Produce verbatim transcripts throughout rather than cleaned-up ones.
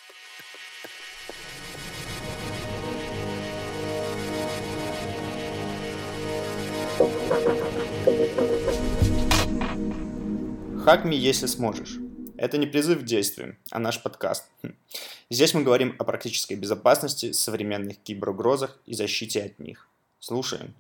Hack Me, если сможешь. Это не призыв к действию, а наш подкаст. Здесь мы говорим о практической безопасности, современных киберугрозах и защите от них. Слушаем.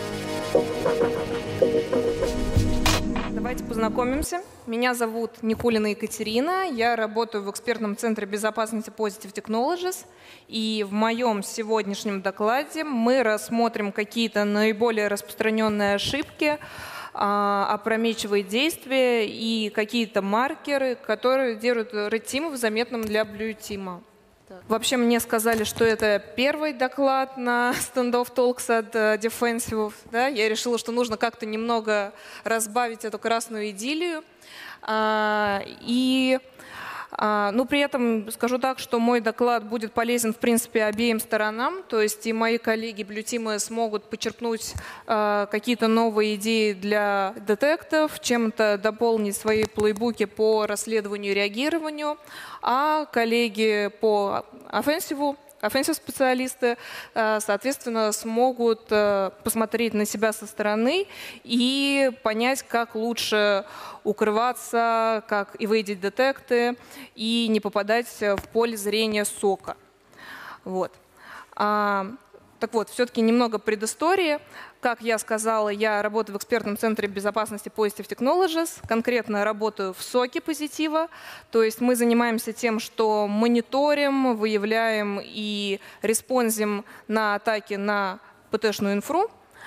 Давайте познакомимся. Меня зовут Никулина Екатерина. Я работаю в экспертном центре безопасности Positive Technologies. И в моем сегодняшнем докладе мы рассмотрим какие-то наиболее распространенные ошибки, опрометчивые действия и какие-то маркеры, которые делают Red Team заметным для Blue Team. Вообще мне сказали, что это первый доклад на Standoff Talks от Defensive. Да? Я решила, что нужно как-то немного разбавить эту красную идиллию. И ну, при этом скажу так, что мой доклад будет полезен, в принципе, обеим сторонам. То есть и мои коллеги Blue Team смогут почерпнуть э, какие-то новые идеи для детектов, чем-то дополнить свои плейбуки по расследованию и реагированию. А коллеги по offensive, offensive специалисты, э, соответственно, смогут э, посмотреть на себя со стороны и понять, как лучше укрываться, как evadить детекты и не попадать в поле зрения сока. Вот. А, так вот, все-таки немного предыстории. Как я сказала, я работаю в экспертном центре безопасности Positive Technologies, конкретно работаю в соке Позитива. То есть мы занимаемся тем, что мониторим, выявляем и респонсим на атаки на пэ тэ-шную инфру.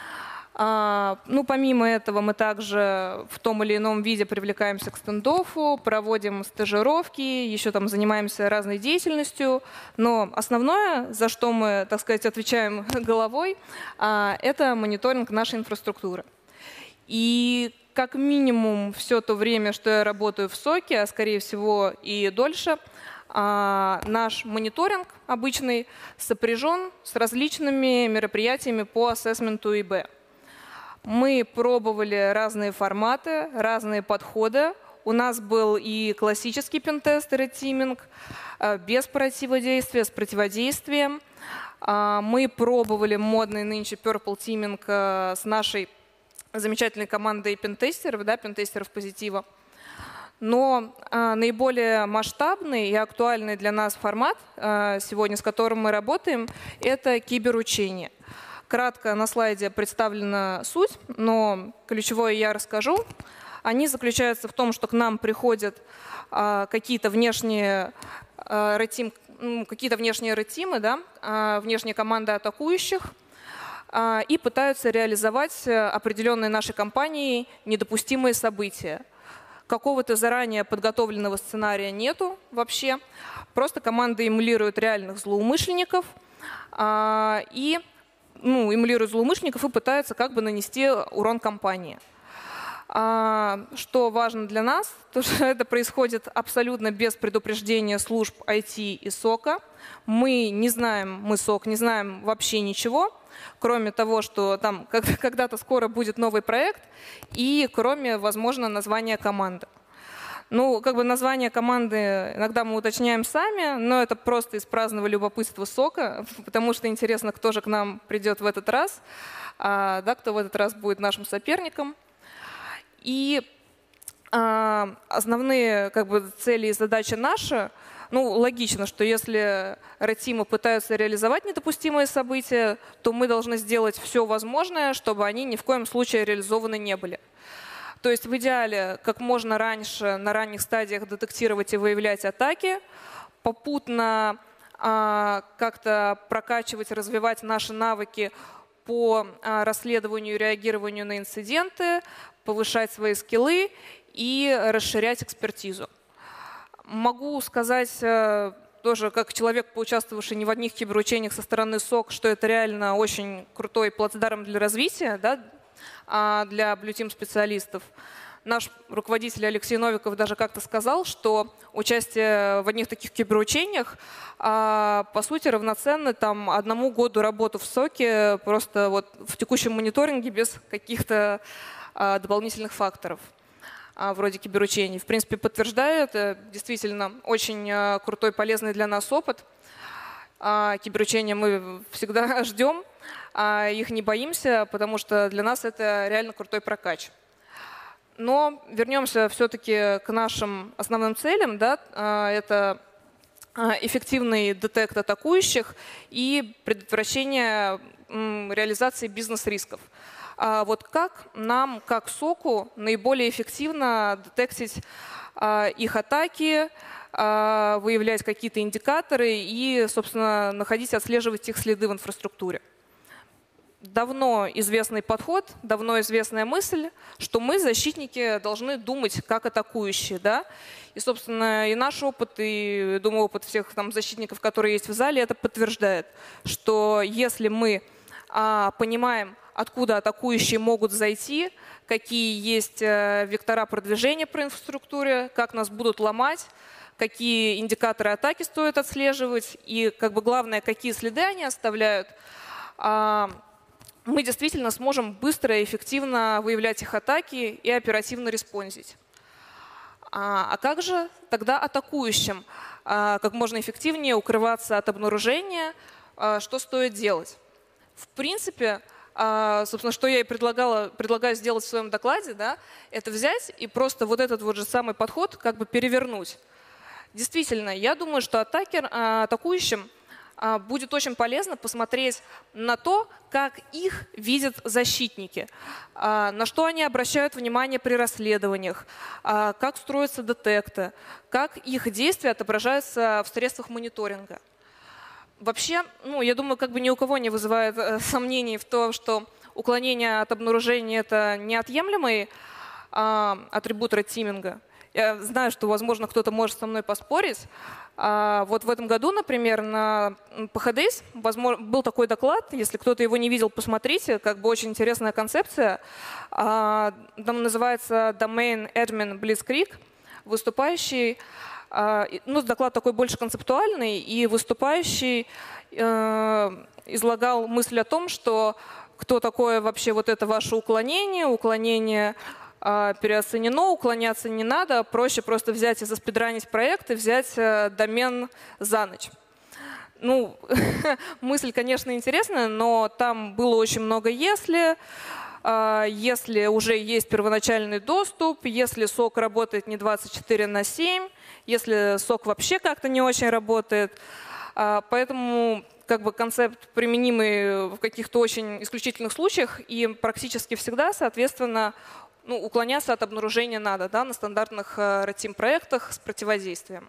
А, ну, помимо этого мы также в том или ином виде привлекаемся к стендоффу, проводим стажировки, еще там занимаемся разной деятельностью. Но основное, за что мы, так сказать, отвечаем головой, а, это мониторинг нашей инфраструктуры. И как минимум все то время, что я работаю в соке, а скорее всего и дольше, а, наш мониторинг обычный сопряжен с различными мероприятиями по ассессменту и бэ. Мы пробовали разные форматы, разные подходы. У нас был и классический пентест, и редтиминг, без противодействия, с противодействием. Мы пробовали модный нынче Purple Teaming с нашей замечательной командой пентестеров, да, пентестеров Позитива. Но наиболее масштабный и актуальный для нас формат сегодня, с которым мы работаем, это киберучение. Кратко на слайде представлена суть, но ключевое я расскажу. Они заключаются в том, что к нам приходят а, какие-то внешние а, ретим, ну, какие-то внешние ретимы, да, а, внешние команды атакующих, а, и пытаются реализовать определенные нашей компанией недопустимые события. Какого-то заранее подготовленного сценария нету вообще. Просто команды эмулируют реальных злоумышленников а, и ну, эмулируют злоумышленников и пытаются как бы нанести урон компании. А, что важно для нас, то что это происходит абсолютно без предупреждения служб ай ти и сока. Мы не знаем, мы сок, не знаем вообще ничего, кроме того, что там когда-то скоро будет новый проект и кроме, возможно, названия команды. Ну, как бы название команды иногда мы уточняем сами, но это просто из праздного любопытства сока, потому что интересно, кто же к нам придет в этот раз, а, да, кто в этот раз будет нашим соперником. И а, основные как бы, цели и задачи наши, ну, логично, что если редтимы пытаются реализовать недопустимые события, то мы должны сделать все возможное, чтобы они ни в коем случае реализованы не были. То есть в идеале как можно раньше, на ранних стадиях детектировать и выявлять атаки, попутно а, как-то прокачивать, развивать наши навыки по а, расследованию и реагированию на инциденты, повышать свои скиллы и расширять экспертизу. Могу сказать а, тоже, как человек, поучаствовавший не в одних киберучениях со стороны сок, что это реально очень крутой плацдарм для развития, да, для Blue Team специалистов. Наш руководитель Алексей Новиков даже как-то сказал, что участие в одних таких киберучениях по сути равноценно там, одному году работы в соке просто вот в текущем мониторинге без каких-то дополнительных факторов. вроде киберучений. В принципе, подтверждаю, это действительно очень крутой, полезный для нас опыт. Киберучения мы всегда ждем, их не боимся, потому что для нас это реально крутой прокач. Но вернемся все-таки к нашим основным целям. Да? Это эффективный детект атакующих и предотвращение реализации бизнес-рисков. А вот как нам, как соку, наиболее эффективно детектить их атаки, выявлять какие-то индикаторы и, собственно, находить, отслеживать их следы в инфраструктуре? Давно известный подход, давно известная мысль, что мы, защитники, должны думать как атакующие. Да? И, собственно, и наш опыт, и, думаю, опыт всех там, защитников, которые есть в зале, это подтверждает, что если мы а, понимаем, откуда атакующие могут зайти, какие есть а, вектора продвижения по инфраструктуре, как нас будут ломать, какие индикаторы атаки стоит отслеживать и, как бы главное, какие следы они оставляют, а, мы действительно сможем быстро и эффективно выявлять их атаки и оперативно респонзить. А, а как же тогда атакующим а, как можно эффективнее укрываться от обнаружения, а, что стоит делать? В принципе, а, собственно, что я и предлагала, предлагаю сделать в своем докладе, да, это взять и просто вот этот вот же самый подход как бы перевернуть. Действительно, я думаю, что атакер, а, атакующим будет очень полезно посмотреть на то, как их видят защитники, на что они обращают внимание при расследованиях, как строятся детекты, как их действия отображаются в средствах мониторинга. Вообще, ну, я думаю, как бы ни у кого не вызывает сомнений в том, что уклонение от обнаружения – это неотъемлемый атрибут редтиминга. Я знаю, что, возможно, кто-то может со мной поспорить. А вот в этом году, например, на пи эйч ди эс возможно, был такой доклад, если кто-то его не видел, посмотрите, как бы очень интересная концепция. А, там называется Domain Admin Blitzkrieg. Выступающий, а, ну, доклад такой больше концептуальный, и выступающий э, излагал мысль о том, что кто такое вообще вот это ваше уклонение, уклонение переоценено, уклоняться не надо, проще просто взять и заспидранить проект и взять домен за ночь. Ну, мысль, конечно, интересная, но там было очень много «если», если уже есть первоначальный доступ, если сок работает не двадцать четыре на семь, если сок вообще как-то не очень работает. Поэтому как бы концепт применимый в каких-то очень исключительных случаях и практически всегда, соответственно, ну, уклоняться от обнаружения надо, да, на стандартных Red Team проектах с противодействием.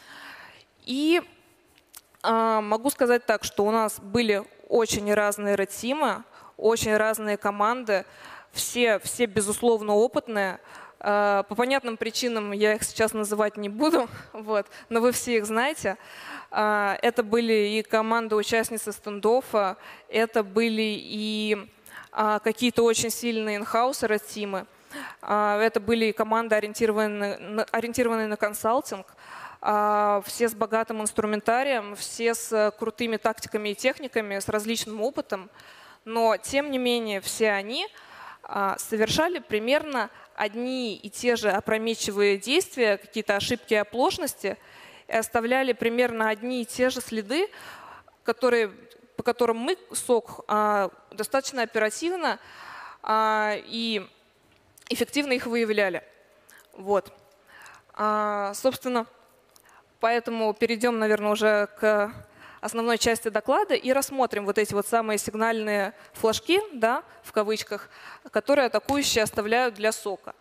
И э, могу сказать так, что у нас были очень разные Red Team, очень разные команды, все, все безусловно опытные. Э, по понятным причинам я их сейчас называть не буду, вот, но вы все их знаете. Э, это были и команды участницы стендоффа, это были и э, какие-то очень сильные in-house Red Team. Это были команды, ориентированные на, ориентированные на консалтинг, все с богатым инструментарием, все с крутыми тактиками и техниками, с различным опытом. Но, тем не менее, все они совершали примерно одни и те же опрометчивые действия, какие-то ошибки и оплошности, и оставляли примерно одни и те же следы, которые, по которым мы, сок, достаточно оперативно и эффективно их выявляли. Вот. А, собственно, поэтому перейдем, наверное, уже к основной части доклада и рассмотрим вот эти вот самые сигнальные флажки, да, в кавычках, которые атакующие оставляют для сока.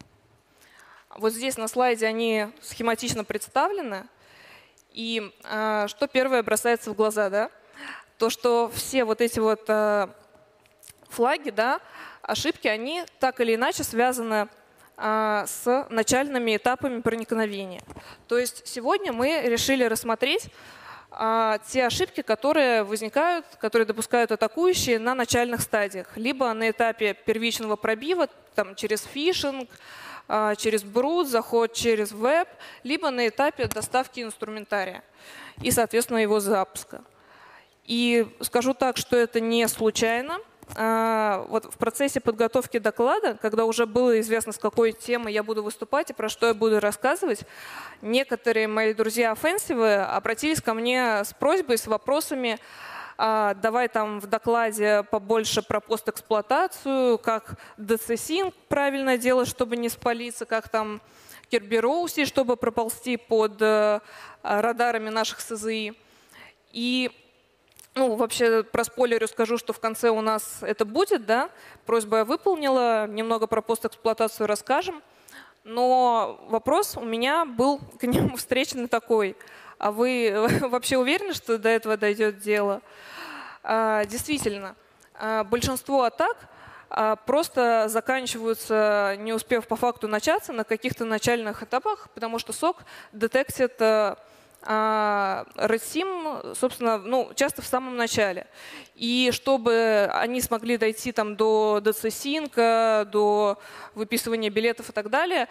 Вот здесь на слайде они схематично представлены. И а, что первое бросается в глаза, да? То, что все вот эти вот а, флаги, да, ошибки, они так или иначе связаны а, с начальными этапами проникновения. То есть сегодня мы решили рассмотреть а, те ошибки, которые возникают, которые допускают атакующие на начальных стадиях. Либо на этапе первичного пробива, там, через фишинг, а, через брут, заход через веб, либо на этапе доставки инструментария и, соответственно, его запуска. И скажу так, что это не случайно. вот в процессе подготовки доклада, когда уже было известно, с какой темой я буду выступать и про что я буду рассказывать, некоторые мои друзья-офенсивы обратились ко мне с просьбой, с вопросами: давай там в докладе побольше про постэксплуатацию, как ди си-Sync правильно делать, чтобы не спалиться, как там Kerberos, чтобы проползти под радарами наших эс зэ и. И ну, вообще про спойлерю скажу, что в конце у нас это будет, да, просьбу я выполнила, немного про постэксплуатацию расскажем. Но вопрос у меня был к нему встречный такой: а вы вообще уверены, что до этого дойдет дело? А, действительно, большинство атак просто заканчиваются, не успев по факту начаться, на каких-то начальных этапах, потому что сок детектит red-сим, собственно, ну, часто в самом начале. И чтобы они смогли дойти там до ди си-Sync, до выписывания билетов и так далее,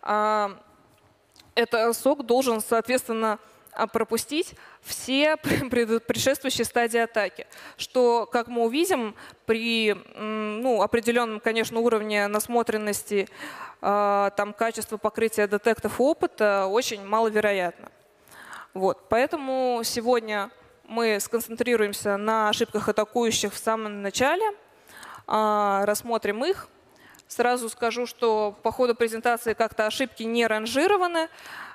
это сок должен, соответственно, пропустить все предшествующие стадии атаки, что, как мы увидим, при ну, определенном, конечно, уровне насмотренности, там, качества покрытия детектов и опыта очень маловероятно. Вот. Поэтому сегодня мы сконцентрируемся на ошибках атакующих в самом начале, рассмотрим их. Сразу скажу, что по ходу презентации как-то ошибки не ранжированы.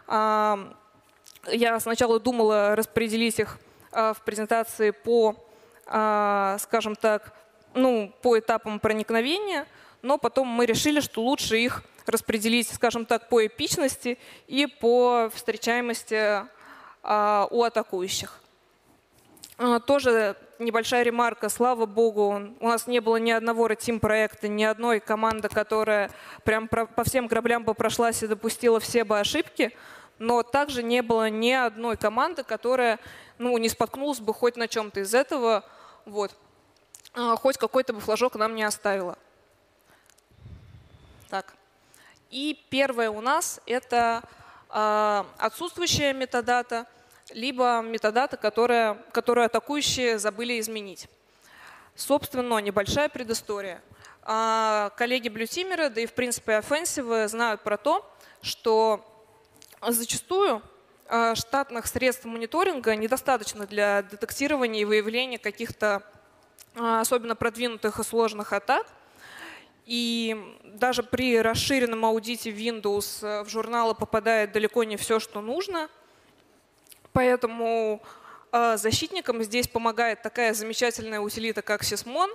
Я сначала думала распределить их в презентации по, скажем так, ну, по этапам проникновения, но потом мы решили, что лучше их распределить, скажем так, по эпичности и по встречаемости у атакующих. Тоже небольшая ремарка. Слава богу, у нас не было ни одного red-team проекта, ни одной команды, которая прям по всем граблям бы прошлась и допустила все бы ошибки. Но также не было ни одной команды, которая ну, не споткнулась бы хоть на чем-то из этого, вот, хоть какой-то бы флажок нам не оставила. Так. И первое у нас это э, отсутствующая метадата, либо метадата, которая, которую атакующие забыли изменить. Собственно, небольшая предыстория. Э, коллеги блютимеры, да и в принципе офенсивы знают про то, что зачастую штатных средств мониторинга недостаточно для детектирования и выявления каких-то особенно продвинутых и сложных атак. И даже при расширенном аудите Windows в журналы попадает далеко не все, что нужно. Поэтому защитникам здесь помогает такая замечательная утилита, как Sysmon.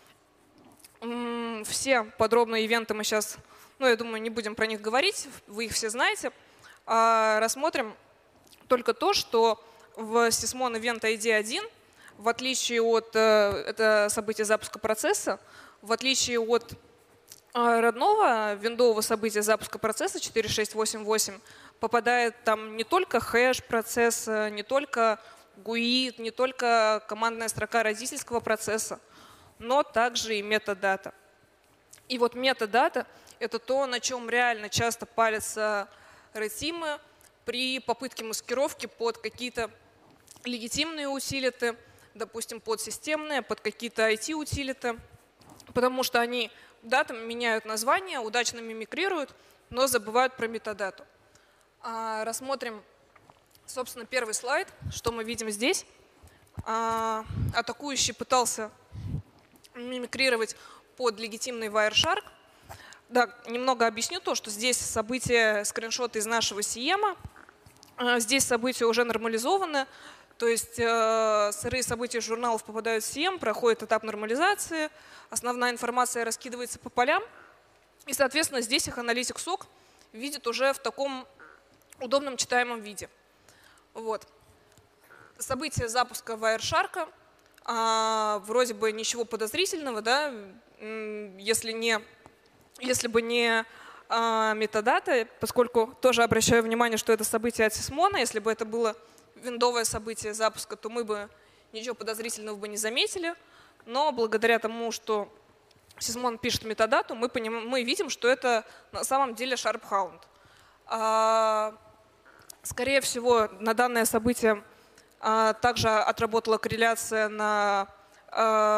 Все подробные ивенты мы сейчас, ну, я думаю, не будем про них говорить, вы их все знаете. Рассмотрим только то, что в Sysmon Event ай ди один, в отличие от это события запуска процесса, в отличие от родного виндового события запуска процесса четыре шесть восемь восемь, попадает там не только хэш процесса, не только гуи, не только командная строка родительского процесса, но также и метадата. И вот метадата – это то, на чем реально часто палятся red-team'ы при попытке маскировки под какие-то легитимные утилиты, допустим, под системные, под какие-то ай ти-утилиты, потому что они датам меняют название, удачно мимикрируют, но забывают про метадату. А, рассмотрим, собственно, первый слайд, что мы видим здесь. А, атакующий пытался мимикрировать под легитимный Wireshark. Да, немного объясню то, что здесь события, скриншоты из нашего си эм. Здесь события уже нормализованы, то есть э, сырые события журналов попадают в си эм, проходит этап нормализации, основная информация раскидывается по полям, и, соответственно, здесь их аналитик сок видит уже в таком удобном читаемом виде. Вот. События запуска Wireshark, э, вроде бы ничего подозрительного, да, если не... Если бы не а, метадата, поскольку тоже обращаю внимание, что это событие от Sysmon, если бы это было виндовое событие запуска, то мы бы ничего подозрительного бы не заметили. Но благодаря тому, что Sysmon пишет метадату, мы, поним, мы видим, что это на самом деле SharpHound. А, скорее всего, на данное событие а, также отработала корреляция на а,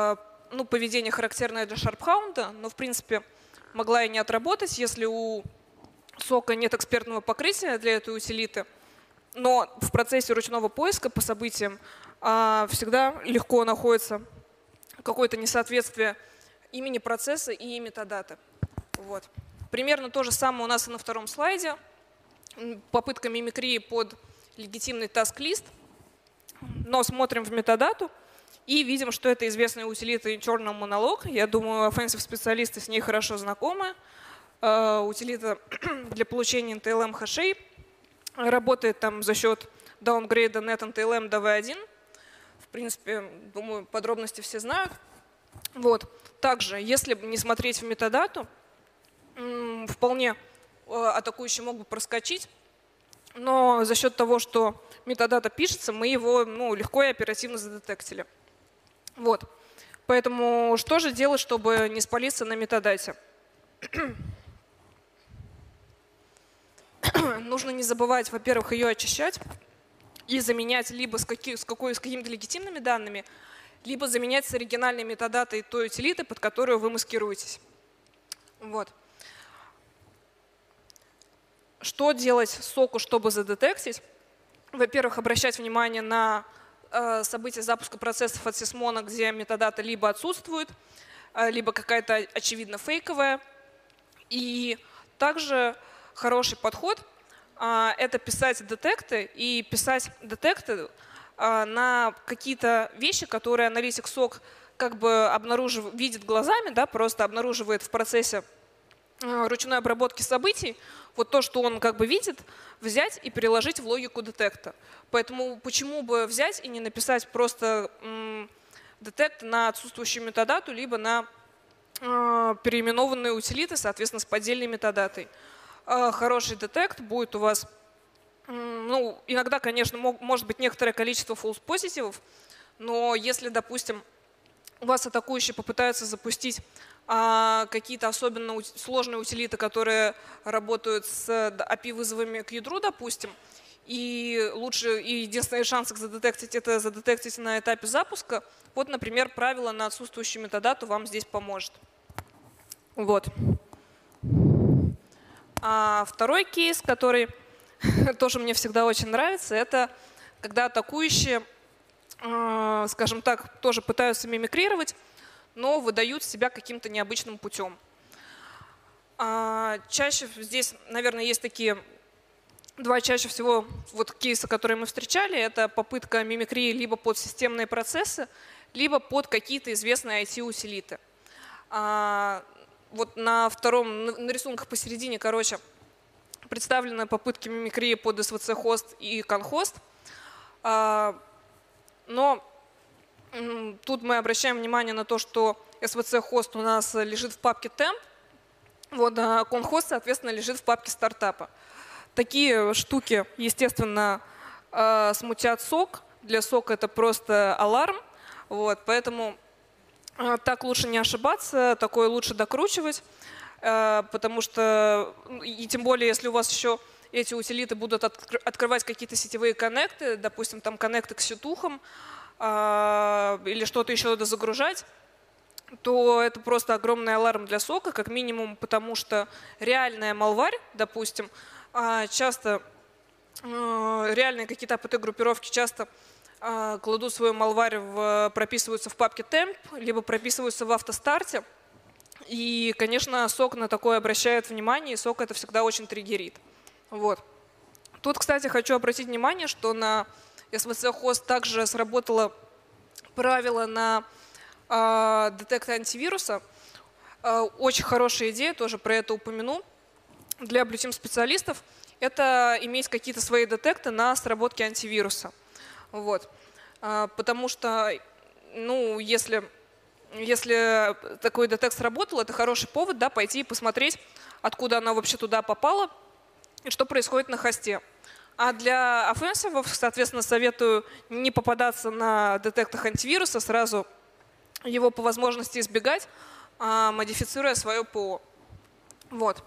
ну, поведение характерное для шарпхаунда, но в принципе могла и не отработать, если у сока нет экспертного покрытия для этой утилиты. Но в процессе ручного поиска по событиям а, всегда легко находится какое-то несоответствие имени процесса и метадаты. Вот. Примерно то же самое у нас и на втором слайде. Попытка мимикрии под легитимный task-лист. Но смотрим в метадату и видим, что это известная утилита internal monologue. Я думаю, offensive специалисты с ней хорошо знакомы. Uh, утилита для получения эн тэ эл эм хэшей. Работает там за счет даунгрейда net эн тэ эл эм до ви один. В принципе, думаю, подробности все знают. Вот. Также, если не смотреть в метадату, вполне атакующий мог бы проскочить, но за счет того, что метадата пишется, мы его ну, легко и оперативно задетектили. Вот. Поэтому что же делать, чтобы не спалиться на метадате? Нужно не забывать, во-первых, ее очищать и заменять либо с, какими, с, какой, с какими-то легитимными данными, либо заменять с оригинальной метадатой той утилиты, под которую вы маскируетесь. Вот. Что делать соку, чтобы задетектить? Во-первых, обращать внимание на э, события запуска процессов от Sysmon, где метадата либо отсутствует, э, либо какая-то очевидно фейковая. И также хороший подход э, – это писать детекты и писать детекты э, на какие-то вещи, которые аналитик сок как бы обнаружив, видит глазами, да, просто обнаруживает в процессе э, ручной обработки событий. Вот то, что он как бы видит, взять и переложить в логику детекта. Поэтому почему бы взять и не написать просто м, детект на отсутствующую метадату, либо на э, переименованные утилиты, соответственно, с поддельной метадатой. Э, хороший детект будет у вас, э, ну, иногда, конечно, мог, может быть некоторое количество false позитивов, но если, допустим, у вас атакующие попытаются запустить а какие-то особенно сложные утилиты, которые работают с эй пи ай-вызовами к ядру, допустим, и лучше, и единственный шанс их задетектить – это задетектить на этапе запуска. Вот, например, правило на отсутствующую метадату вам здесь поможет. Вот. А второй кейс, который тоже мне всегда очень нравится, это когда атакующие, скажем так, тоже пытаются мимикрировать, но выдают себя каким-то необычным путем. А чаще здесь, наверное, есть такие два чаще всего вот кейса, которые мы встречали. Это попытка мимикрии либо под системные процессы, либо под какие-то известные ай ти-утилиты. А вот на втором, на рисунках посередине, короче, представлены попытки мимикрии под эс ви си-хост и конхост. А, но тут мы обращаем внимание на то, что эс ви си-хост у нас лежит в папке temp, вот, а конхост, соответственно, лежит в папке стартапа. Такие штуки, естественно, смутят сок. Для сока это просто аларм. Вот, поэтому так лучше не ошибаться, такое лучше докручивать, потому что, и тем более, если у вас еще эти утилиты будут открывать какие-то сетевые коннекты, допустим, там коннекты к сетухам, или что-то еще надо загружать, то это просто огромный аларм для сока, как минимум, потому что реальная малварь, допустим, часто реальные какие-то эй пи ти-группировки часто кладут свою малварь, в, прописываются в папке temp, либо прописываются в автостарте. И, конечно, сок на такое обращает внимание, и сок это всегда очень триггерит. Вот. Тут, кстати, хочу обратить внимание, что на эс ви си-хост также сработало правило на э, детект антивируса. Э, очень хорошая идея, тоже про это упомяну. Для Blue Team специалистов это иметь какие-то свои детекты на сработке антивируса. Вот. Э, потому что, ну, если, если такой детект сработал, это хороший повод, да, пойти и посмотреть, откуда оно вообще туда попало и что происходит на хосте. А для офенсивов, соответственно, советую не попадаться на детектах антивируса, сразу его по возможности избегать, модифицируя свое ПО. Вот.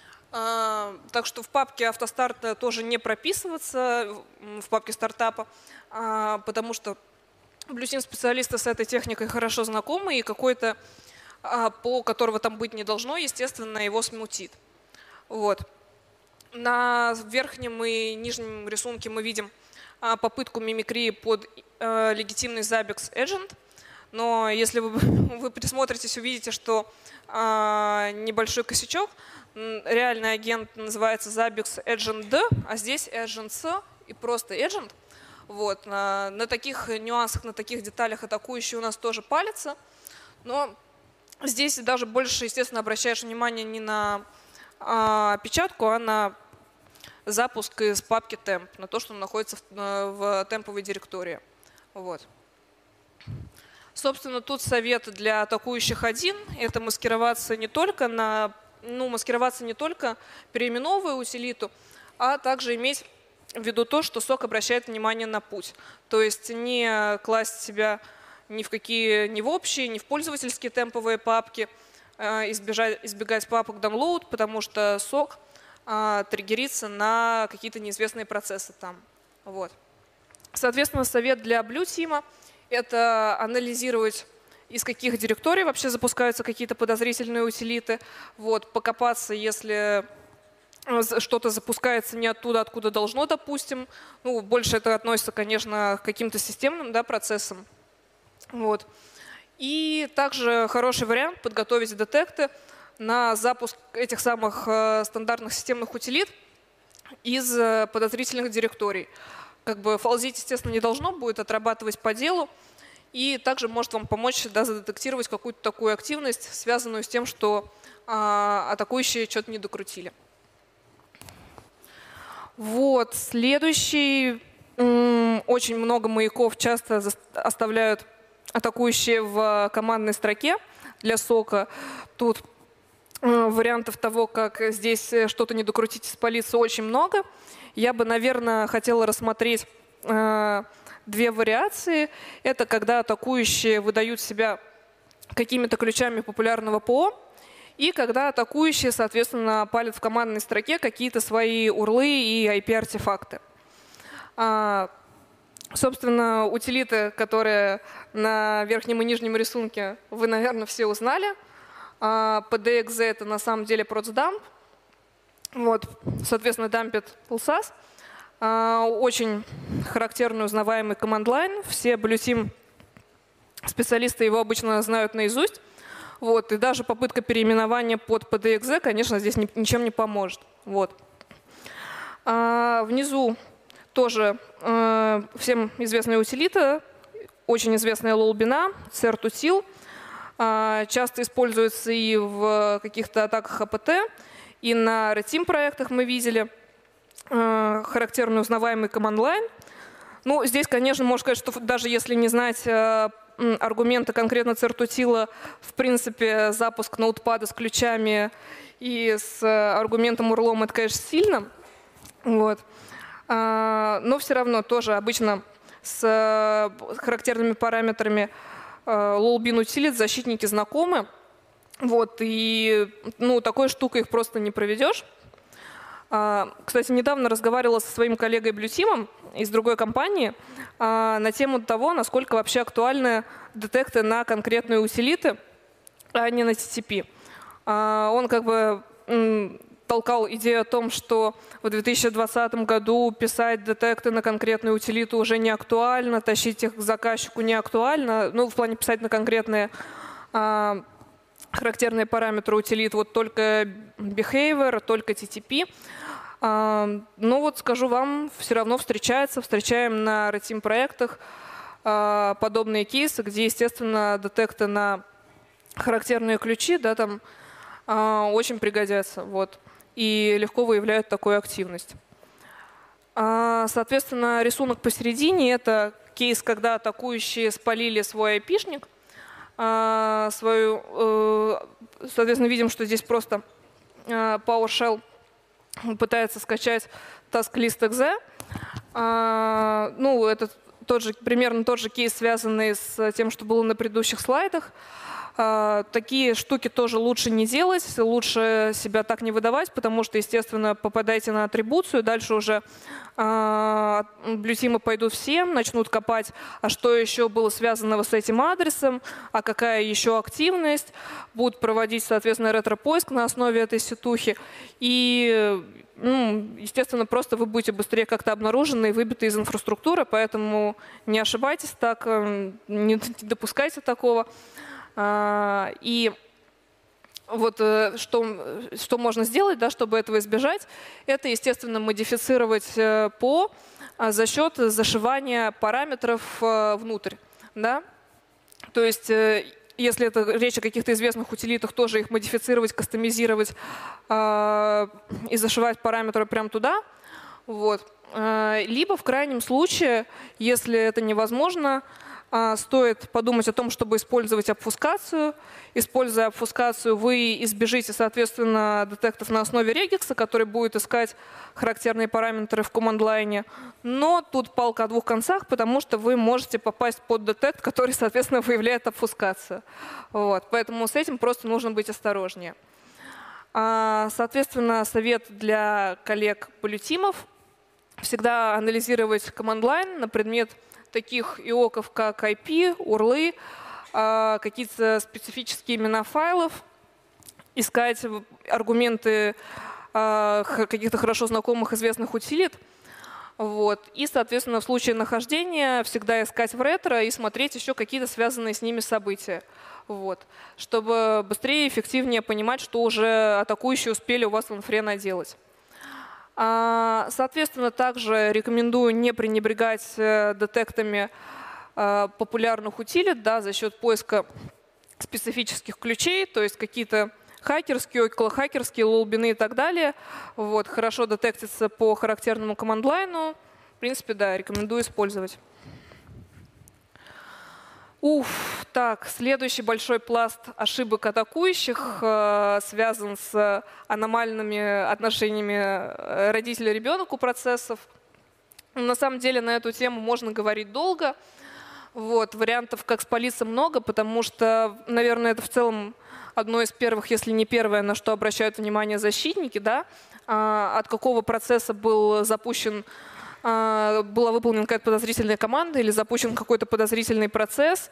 Так что в папке автостарта тоже не прописываться, в папке стартапа, потому что блютин-специалисты с этой техникой хорошо знакомы, и какой-то по которого там быть не должно, естественно, его смутит. Вот. На верхнем и нижнем рисунке мы видим попытку мимикрии под легитимный Zabbix Agent. Но если вы, вы присмотритесь, увидите, что небольшой косячок. Реальный агент называется Zabbix Agent D, а здесь Agent C и просто Agent. Вот. На, на таких нюансах, на таких деталях атакующий у нас тоже палится. Но здесь даже больше, естественно, обращаешь внимание не на а, опечатку, а на запуск из папки temp, на то, что он находится в, в темповой директории. Вот. Собственно, тут совет для атакующих один – это маскироваться не только на, ну, маскироваться не только переименовывая утилиту, а также иметь в виду то, что сок обращает внимание на путь. То есть не класть себя ни в какие, ни в общие, ни в пользовательские темповые папки, избежать, избегать папок download, потому что сок а, триггерится на какие-то неизвестные процессы там. Вот. Соответственно, совет для Blue Team – это анализировать, из каких директорий вообще запускаются какие-то подозрительные утилиты, вот, покопаться, если что-то запускается не оттуда, откуда должно, допустим. Ну, больше это относится, конечно, к каким-то системным, да, процессам. Вот. И также хороший вариант подготовить детекты на запуск этих самых э, стандартных системных утилит из э, подозрительных директорий. Как бы фалзить, естественно, не должно, будет отрабатывать по делу. И также может вам помочь, да, задетектировать какую-то такую активность, связанную с тем, что э, атакующие что-то не докрутили. Вот. Следующий. Очень много маяков часто оставляют атакующие в командной строке для сока. Тут вариантов того, как здесь что-то не докрутить и спалиться, очень много. Я бы, наверное, хотела рассмотреть э, две вариации. Это когда атакующие выдают себя какими-то ключами популярного ПО, и когда атакующие, соответственно, палят в командной строке какие-то свои урлы и ай пи-артефакты. А, собственно, утилиты, которые на верхнем и нижнем рисунке вы, наверное, все узнали. А, пи ди экс зет – это на самом деле процдамп. Вот, соответственно, дампит pulsas. А, очень характерный узнаваемый команд-лайн. Все Blue Team специалисты его обычно знают наизусть. Вот, и даже попытка переименования под пи ди экс зет, конечно, здесь ничем не поможет. Вот. А, внизу тоже э, всем известная утилита, очень известная лолбина, certutil. А, часто используется и в каких-то атаках эй пи ти, и на Red Team проектах мы видели э, характерный узнаваемый команд-лайн. Ну, здесь, конечно, можно сказать, что даже если не знать э, аргументы конкретно certutil, в принципе, запуск ноутпада с ключами и с аргументом урлом – это, конечно, сильно. Вот. Но все равно тоже обычно с характерными параметрами lolbin utility защитники знакомы. Вот. И ну, такой штукой их просто не проведешь. Кстати, недавно разговаривала со своим коллегой Blue Team из другой компании на тему того, насколько вообще актуальны детекты на конкретные утилиты, а не на ти ти пи. Он как бы толкал идею о том, что в две тысячи двадцатом году писать детекты на конкретную утилиту уже не актуально, тащить их к заказчику не актуально, ну, в плане писать на конкретные а, характерные параметры утилит, вот только behavior, только ти ти пи. А, ну вот скажу вам, все равно встречается, встречаем на Red Team проектах а, подобные кейсы, где, естественно, детекты на характерные ключи, да, там а, очень пригодятся. Вот. И легко выявляют такую активность. Соответственно, рисунок посередине – это кейс, когда атакующие спалили свой айпишник. Свою, соответственно, видим, что здесь просто PowerShell пытается скачать task-list.exe. Ну, это тот же, примерно тот же кейс, связанный с тем, что было на предыдущих слайдах. Такие штуки тоже лучше не делать, лучше себя так не выдавать, потому что, естественно, попадаете на атрибуцию, дальше уже блютимы пойдут все, начнут копать, а что еще было связанного с этим адресом, а какая еще активность, будут проводить, соответственно, ретро-поиск на основе этой сетухи. И, ну, естественно, просто вы будете быстрее как-то обнаружены и выбиты из инфраструктуры, поэтому не ошибайтесь так, не допускайте такого. И вот что, что можно сделать, да, чтобы этого избежать, это, естественно, модифицировать ПО за счет зашивания параметров внутрь. Да? То есть, если это речь о каких-то известных утилитах, тоже их модифицировать, кастомизировать и зашивать параметры прямо туда. Вот. Либо в крайнем случае, если это невозможно, стоит подумать о том, чтобы использовать обфускацию. Используя обфускацию, вы избежите, соответственно, детектов на основе регекса, который будет искать характерные параметры в команд-лайне. Но тут палка о двух концах, потому что вы можете попасть под детект, который, соответственно, выявляет обфускацию. Вот. Поэтому с этим просто нужно быть осторожнее. Соответственно, совет для коллег-полютимов – всегда анализировать команд-лайн на предмет таких иоков, как ай пи, урлы, какие-то специфические имена файлов, искать аргументы каких-то хорошо знакомых, известных утилит. Вот. И, соответственно, в случае нахождения всегда искать в ретро и смотреть еще какие-то связанные с ними события. Вот. Чтобы быстрее и эффективнее понимать, что уже атакующие успели у вас в инфре наделать. Соответственно, также рекомендую не пренебрегать детектами популярных утилит, да, за счет поиска специфических ключей, то есть какие-то хакерские, околохакерские, лолбины и так далее. Вот, хорошо детектится по характерному команд-лайну. В принципе, да, рекомендую использовать. Уф, так, следующий большой пласт ошибок атакующих э, связан с аномальными отношениями родителя-ребенок у процессов. На самом деле на эту тему можно говорить долго. Вот, вариантов, как спалиться, много, потому что, наверное, это в целом одно из первых, если не первое, на что обращают внимание защитники. Да? А, от какого процесса был запущен была выполнена какая-то подозрительная команда или запущен какой-то подозрительный процесс.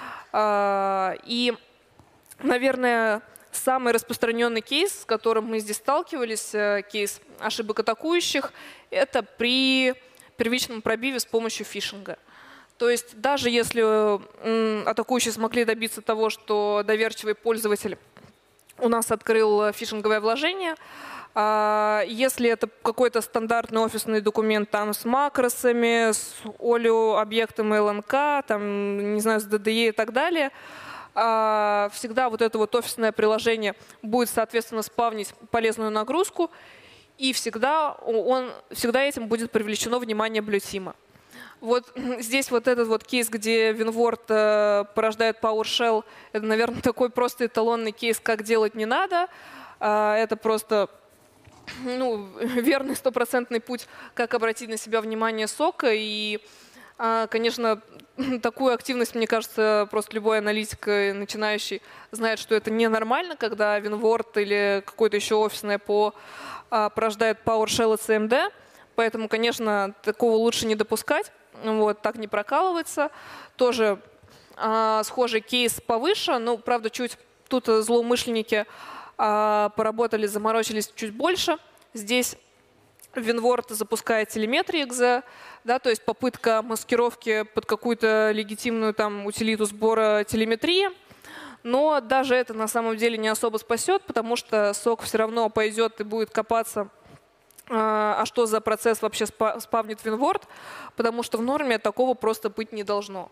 И, наверное, самый распространенный кейс, с которым мы здесь сталкивались, кейс ошибок атакующих, это при первичном пробиве с помощью фишинга. То есть даже если атакующие смогли добиться того, что доверчивый пользователь у нас открыл фишинговое вложение, если это какой-то стандартный офисный документ там, с макросами, с олио объектом эл эн ка, там, не знаю, с ди ди и и так далее, всегда вот это вот офисное приложение будет, соответственно, спавнить полезную нагрузку, и всегда, он, всегда этим будет привлечено внимание блютима. Вот здесь вот этот вот кейс, где WinWord порождает PowerShell, это, наверное, такой просто эталонный кейс, как делать не надо. Это просто ну, верный стопроцентный путь, как обратить на себя внимание сока. И, конечно, такую активность, мне кажется, просто любой аналитик начинающий знает, что это ненормально, когда WinWord или какое-то еще офисное ПО порождает PowerShell и си эм ди. Поэтому, конечно, такого лучше не допускать. Вот, так не прокалывается. Тоже а, схожий кейс повыше, но, правда, чуть тут злоумышленники а, поработали, заморочились чуть больше. Здесь WinWord запускает telemetry.exe, да, то есть попытка маскировки под какую-то легитимную там утилиту сбора телеметрии. Но даже это на самом деле не особо спасет, потому что сок все равно пойдет и будет копаться, а что за процесс вообще спавнит WinWord, потому что в норме такого просто быть не должно.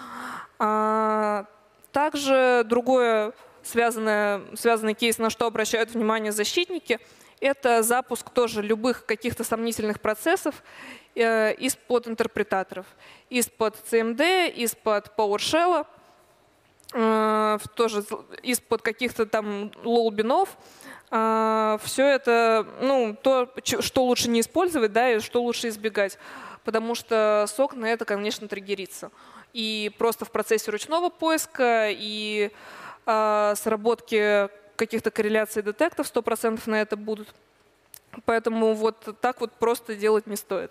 Также другое связанное, связанный кейс, на что обращают внимание защитники, это запуск тоже любых каких-то сомнительных процессов из-под интерпретаторов, из-под си эм ди, из-под PowerShell, тоже из-под каких-то там лол-бинов. Все это, ну, то, что лучше не использовать, да, и что лучше избегать, потому что сок на это, конечно, триггерится. И просто в процессе ручного поиска, и сработки каких-то корреляций детектов сто процентов на это будут. Поэтому вот так вот просто делать не стоит.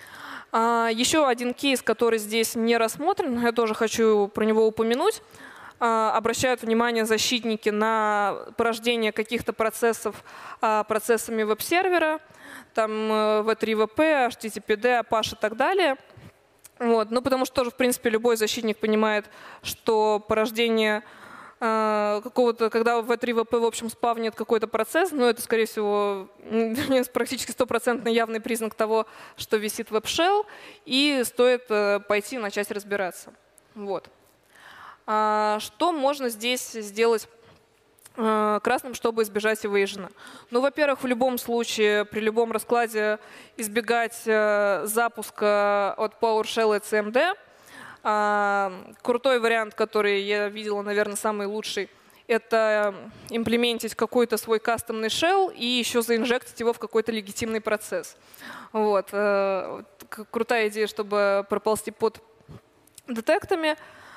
Еще один кейс, который здесь не рассмотрен, я тоже хочу про него упомянуть. Обращают внимание защитники на порождение каких-то процессов процессами веб-сервера, там ви три ви пи, эйч ти ти пи ди, Apache и так далее. Вот. Ну, потому что тоже, в принципе, любой защитник понимает, что порождение какого-то, когда в ви три ви пи, в общем, спавнит какой-то процесс, ну, это, скорее всего, практически стопроцентно явный признак того, что висит веб-шелл, и стоит пойти и начать разбираться. Вот. Что можно здесь сделать красным, чтобы избежать evasion? Ну, во-первых, в любом случае, при любом раскладе избегать запуска от PowerShell и си эм ди. Крутой вариант, который я видела, наверное, самый лучший, это имплементить какой-то свой кастомный shell и еще заинжектить его в какой-то легитимный процесс. Вот. Крутая идея, чтобы проползти под детектами.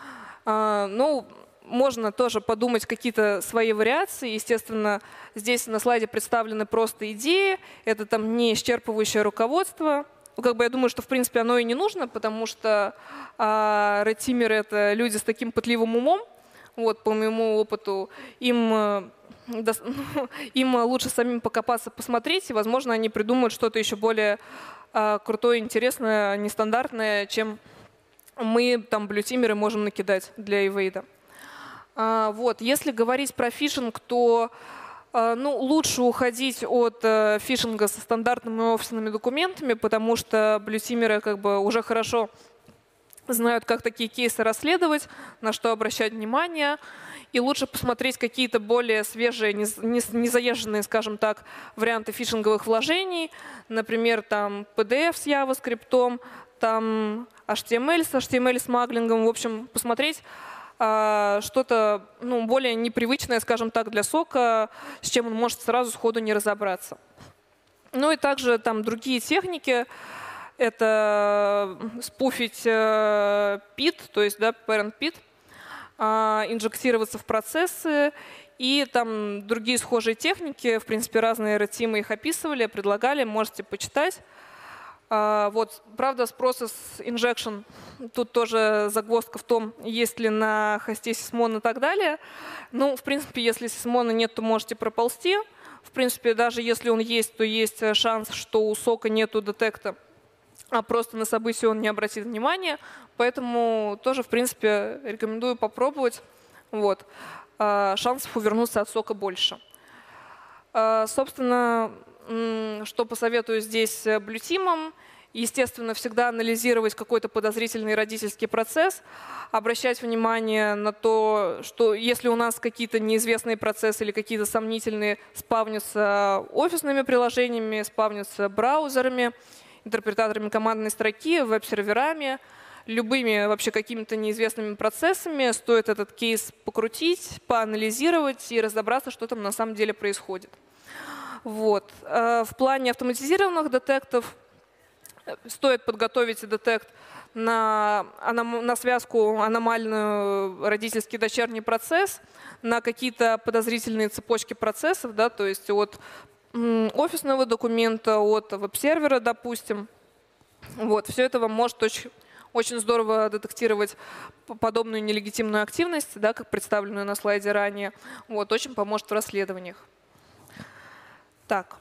Ну, можно тоже подумать какие-то свои вариации. Естественно, здесь на слайде представлены просто идеи. Это там не исчерпывающее руководство. Как бы я думаю, что в принципе оно и не нужно, потому что а, редтимеры — это люди с таким пытливым умом. Вот, по моему опыту, им, им лучше самим покопаться, посмотреть, и, возможно, они придумают что-то еще более а, крутое, интересное, нестандартное, чем мы, там, блютимеры, можем накидать для эвейда. А, вот. Если говорить про фишинг, то а, ну, лучше уходить от а, фишинга со стандартными офисными документами, потому что блютимеры как бы уже хорошо знают, как такие кейсы расследовать, на что обращать внимание. И лучше посмотреть какие-то более свежие, незаезженные, скажем так, варианты фишинговых вложений. Например, там пи ди эф с JavaScript, там эйч ти эм эль с эйч ти эм эль-смаглингом. В общем, посмотреть а, что-то ну, более непривычное, скажем так, для сока, с чем он может сразу сходу не разобраться. Ну и также там другие техники. Это спуфить э, пит, то есть да, parent pit, э, инжектироваться в процессы и там другие схожие техники. В принципе, разные red-тимы их описывали, предлагали, можете почитать. Э, вот, правда, спроса с injection, тут тоже загвоздка в том, есть ли на хосте сисмон и так далее. Ну, в принципе, если сисмона нет, то можете проползти. В принципе, даже если он есть, то есть шанс, что у сока нету детекта, а просто на событие он не обратит внимания. Поэтому тоже, в принципе, рекомендую попробовать. Вот. Шансов увернуться от сока больше. Собственно, что посоветую здесь блютимам. Естественно, всегда анализировать какой-то подозрительный родительский процесс, обращать внимание на то, что если у нас какие-то неизвестные процессы или какие-то сомнительные спавнятся офисными приложениями, спавнятся браузерами, интерпретаторами командной строки, веб-серверами, любыми вообще какими-то неизвестными процессами, стоит этот кейс покрутить, поанализировать и разобраться, что там на самом деле происходит. Вот. В плане автоматизированных детектов стоит подготовить детект на, на связку аномальную родительский дочерний процесс, на какие-то подозрительные цепочки процессов, да, то есть от офисного документа, от веб-сервера, допустим. Вот, все это вам может очень, очень здорово детектировать подобную нелегитимную активность, да, как представленную на слайде ранее. Вот, очень поможет в расследованиях. Так.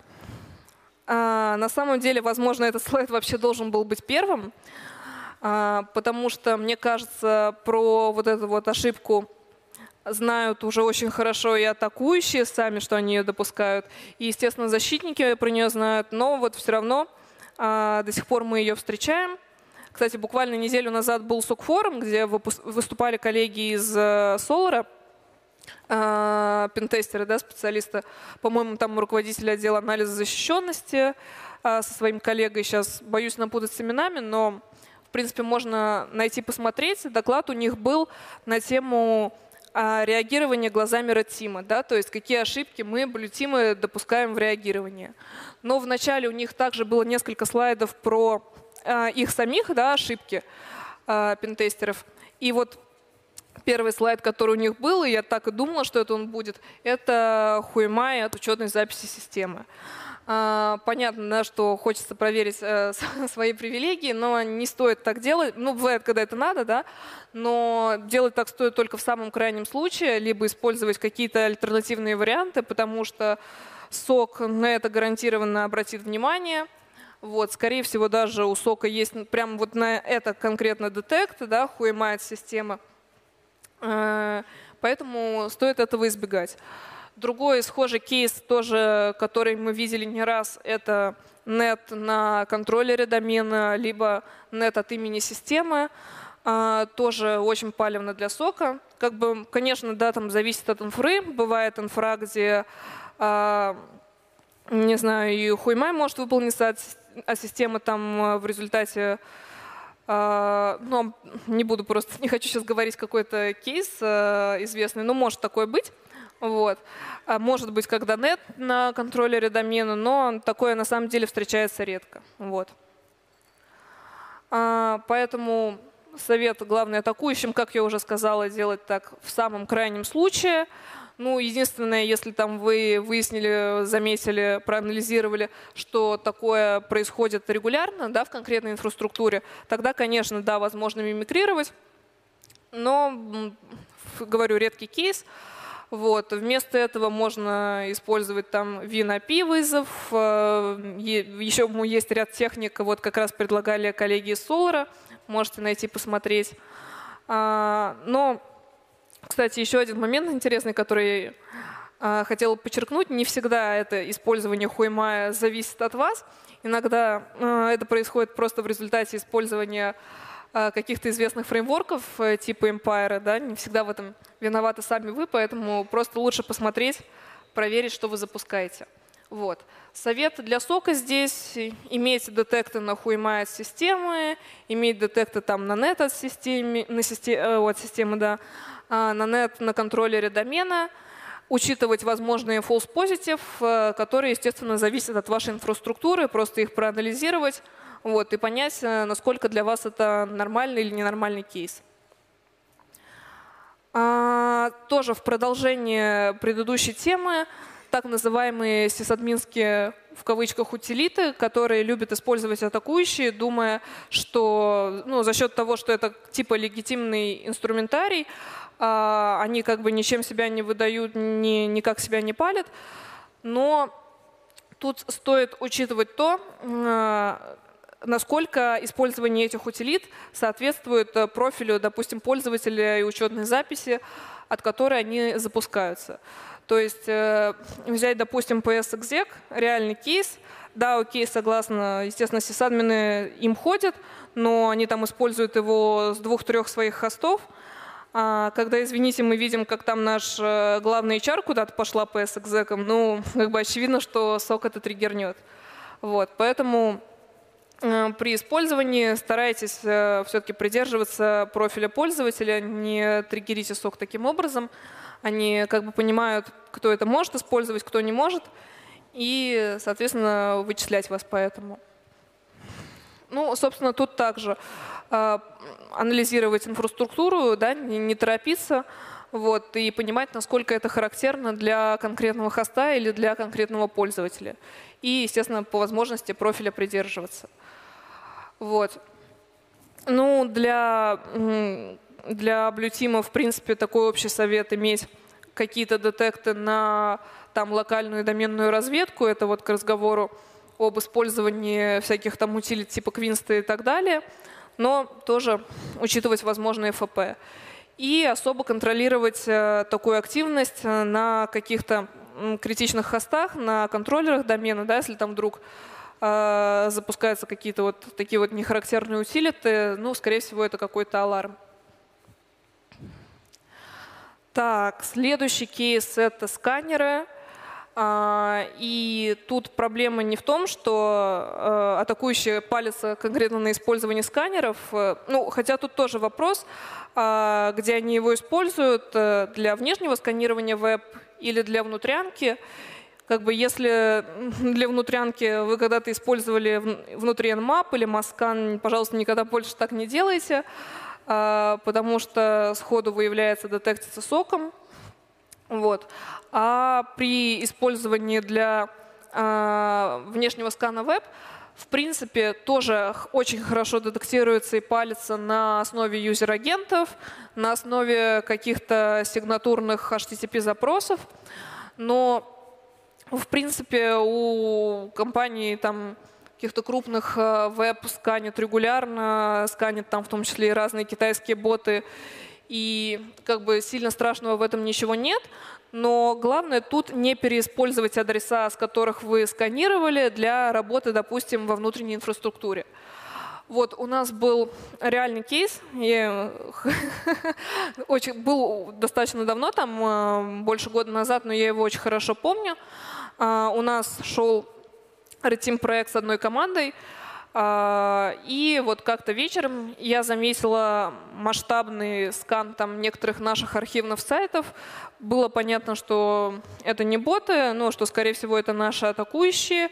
А, на самом деле, возможно, этот слайд вообще должен был быть первым, а, потому что, мне кажется, про вот эту вот ошибку знают уже очень хорошо и атакующие сами, что они ее допускают. И, естественно, защитники про нее знают, но вот все равно а, до сих пор мы ее встречаем. Кстати, буквально неделю назад был сок-форум, где выступали коллеги из Solar, а, пентестеры, да, специалисты. По-моему, там руководитель отдела анализа защищенности а, со своим коллегой. Сейчас боюсь напутать с именами, но, в принципе, можно найти, посмотреть. Доклад у них был на тему реагирование глазами red-тима, да, то есть какие ошибки мы, блютимы, допускаем в реагировании. Но вначале у них также было несколько слайдов про э, их самих, да, ошибки э, пентестеров. И вот первый слайд, который у них был, и я так и думала, что это он будет, это хуемай от учетной записи системы. Понятно, да, что хочется проверить э, свои привилегии, но не стоит так делать. Ну, бывает, когда это надо, да, но делать так стоит только в самом крайнем случае, либо использовать какие-то альтернативные варианты, потому что сок на это гарантированно обратит внимание. Вот, скорее всего, даже у сока есть прямо вот на это конкретно детект, да, хуемай система. Э, поэтому стоит этого избегать. Другой схожий кейс, тоже, который мы видели не раз, это нет на контроллере домена, либо нет от имени системы. Тоже очень палевно для сока. Как бы, конечно, да, там зависит от инфры. Бывает инфра, где, не знаю, и хуемай может выполниться, а система там в результате… Ну, не буду просто, не хочу сейчас говорить какой-то кейс известный, но может такое быть. Вот. Может быть, когда нет на контроллере домена, но такое на самом деле встречается редко. Вот. Поэтому совет, главный, атакующим, как я уже сказала, делать так в самом крайнем случае. Ну, единственное, если там вы выяснили, заметили, проанализировали, что такое происходит регулярно, да, в конкретной инфраструктуре, тогда, конечно, да, возможно мимикрировать, но, говорю, редкий кейс. Вот. Вместо этого можно использовать там вин эй пи вызов. Еще есть ряд техник, вот как раз предлагали коллеги из Solar. Можете найти, посмотреть. Но, кстати, еще один момент интересный, который хотела подчеркнуть. Не всегда это использование хуемая зависит от вас. Иногда это происходит просто в результате использования каких-то известных фреймворков типа Empire, да, не всегда в этом виноваты сами вы, поэтому просто лучше посмотреть, проверить, что вы запускаете. Вот. Совет для сока здесь – иметь детекты на хуемай от системы, иметь детекты там на нет от системы, на системы, от системы, да, на нет на контроллере домена, учитывать возможные false positive, которые, естественно, зависят от вашей инфраструктуры, просто их проанализировать. Вот, и понять, насколько для вас это нормальный или ненормальный кейс. А, тоже в продолжение предыдущей темы, так называемые сисадминские в кавычках утилиты, которые любят использовать атакующие, думая, что ну, за счет того, что это типа легитимный инструментарий, а, они как бы ничем себя не выдают, ни, никак себя не палят. Но тут стоит учитывать то, насколько использование этих утилит соответствует профилю, допустим, пользователя и учетной записи, от которой они запускаются. То есть взять, допустим, пи эс-exec, реальный кейс. Да, окей, согласна, естественно, сисадмины им ходят, но они там используют его с двух-трех своих хостов. А когда, извините, мы видим, как там наш главный эйч ар куда-то пошла пи эс-exec, ну, как бы очевидно, что сок это триггернет. Вот, поэтому при использовании старайтесь все-таки придерживаться профиля пользователя, не триггерите сок таким образом. Они как бы понимают, кто это может использовать, кто не может, и, соответственно, вычислять вас по этому. Ну, собственно, тут также анализировать инфраструктуру, да, не, не торопиться, вот, и понимать, насколько это характерно для конкретного хоста или для конкретного пользователя. И, естественно, по возможности профиля придерживаться. Вот. Ну, для, для блютима, в принципе, такой общий совет иметь какие-то детекты на там, локальную доменную разведку. Это вот к разговору об использовании всяких там утилит типа Квинста и так далее. Но тоже учитывать возможные эф пи. И особо контролировать такую активность на каких-то критичных хостах, на контроллерах домена, да, если там вдруг э, запускаются какие-то вот такие вот нехарактерные утилиты, ну, скорее всего, это какой-то аларм. Так, следующий кейс – это сканеры. А, и тут проблема не в том, что э, атакующие палятся конкретно на использование сканеров, ну, хотя тут тоже вопрос, э, где они его используют, э, для внешнего сканирования веб или для внутрянки. Как бы если для внутрянки вы когда-то использовали внутри Nmap или Mascan, пожалуйста, никогда больше так не делайте. потому что сходу выявляется, детектится соком. Вот. А при использовании для внешнего скана веб, в принципе, тоже очень хорошо детектируется и палится на основе юзер-агентов, на основе каких-то сигнатурных эйч ти ти пи-запросов. Но, в принципе, у компаний там каких-то крупных веб сканят регулярно, сканят там в том числе и разные китайские боты. И как бы сильно страшного в этом ничего нет. Но главное тут не переиспользовать адреса, с которых вы сканировали, для работы, допустим, во внутренней инфраструктуре. Вот у нас был реальный кейс, я очень, был достаточно давно, там больше года назад, но я его очень хорошо помню. У нас шел Red Team проект с одной командой, и вот как-то вечером я заметила масштабный скан там некоторых наших архивных сайтов. Было понятно, что это не боты, но что, скорее всего, это наши атакующие.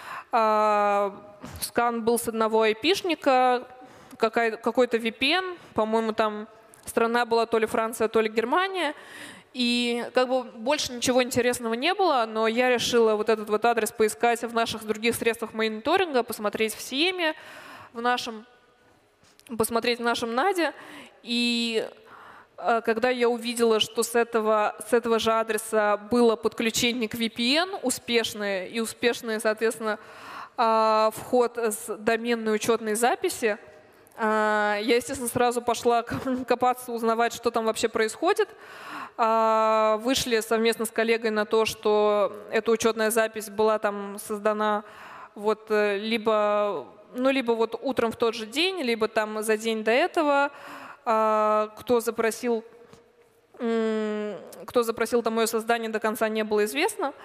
Скан был с одного айпишника, какой-то ви пи эн, по-моему, там страна была то ли Франция, то ли Германия. И как бы больше ничего интересного не было, но я решила вот этот вот адрес поискать в наших других средствах мониторинга, посмотреть в сиеме, в нашем, посмотреть в нашем наде. И когда я увидела, что с этого, с этого же адреса было подключение к ви пи эн успешное и успешный, соответственно, вход с доменной учетной записи, я, естественно, сразу пошла копаться, узнавать, что там вообще происходит. Вышли совместно с коллегой на то, что эта учетная запись была там создана вот либо, ну, либо вот утром в тот же день, либо там за день до этого. Кто запросил, кто запросил там ее создание, до конца не было известно.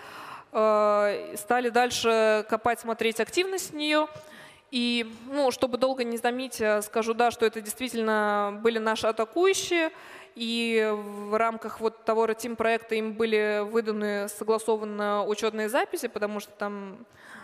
Стали дальше копать, смотреть активность нее. И, ну, чтобы долго не томить, скажу, да, что это действительно были наши атакующие. И в рамках вот того Red Team проекта им были выданы согласованно учетные записи, потому что там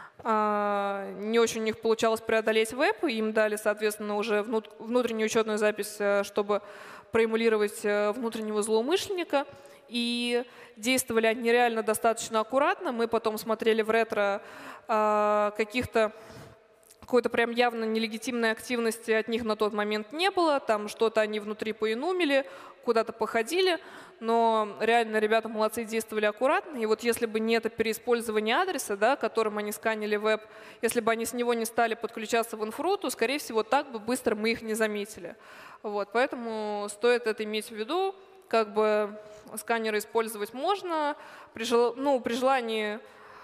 а, не очень у них получалось преодолеть веб, и им дали, соответственно, уже внут, внутреннюю учетную запись, чтобы проэмулировать внутреннего злоумышленника. И действовали они реально достаточно аккуратно. Мы потом смотрели в ретро а, каких-то какой-то прям явно нелегитимной активности от них на тот момент не было. Там что-то они внутри поинумили, куда-то походили. Но реально ребята молодцы, действовали аккуратно. И вот если бы не это переиспользование адреса, да, которым они сканили веб, если бы они с него не стали подключаться в инфру, то, скорее всего, так бы быстро мы их не заметили. Вот, поэтому стоит это иметь в виду. Как бы сканеры использовать можно. При, жел... ну, при желании...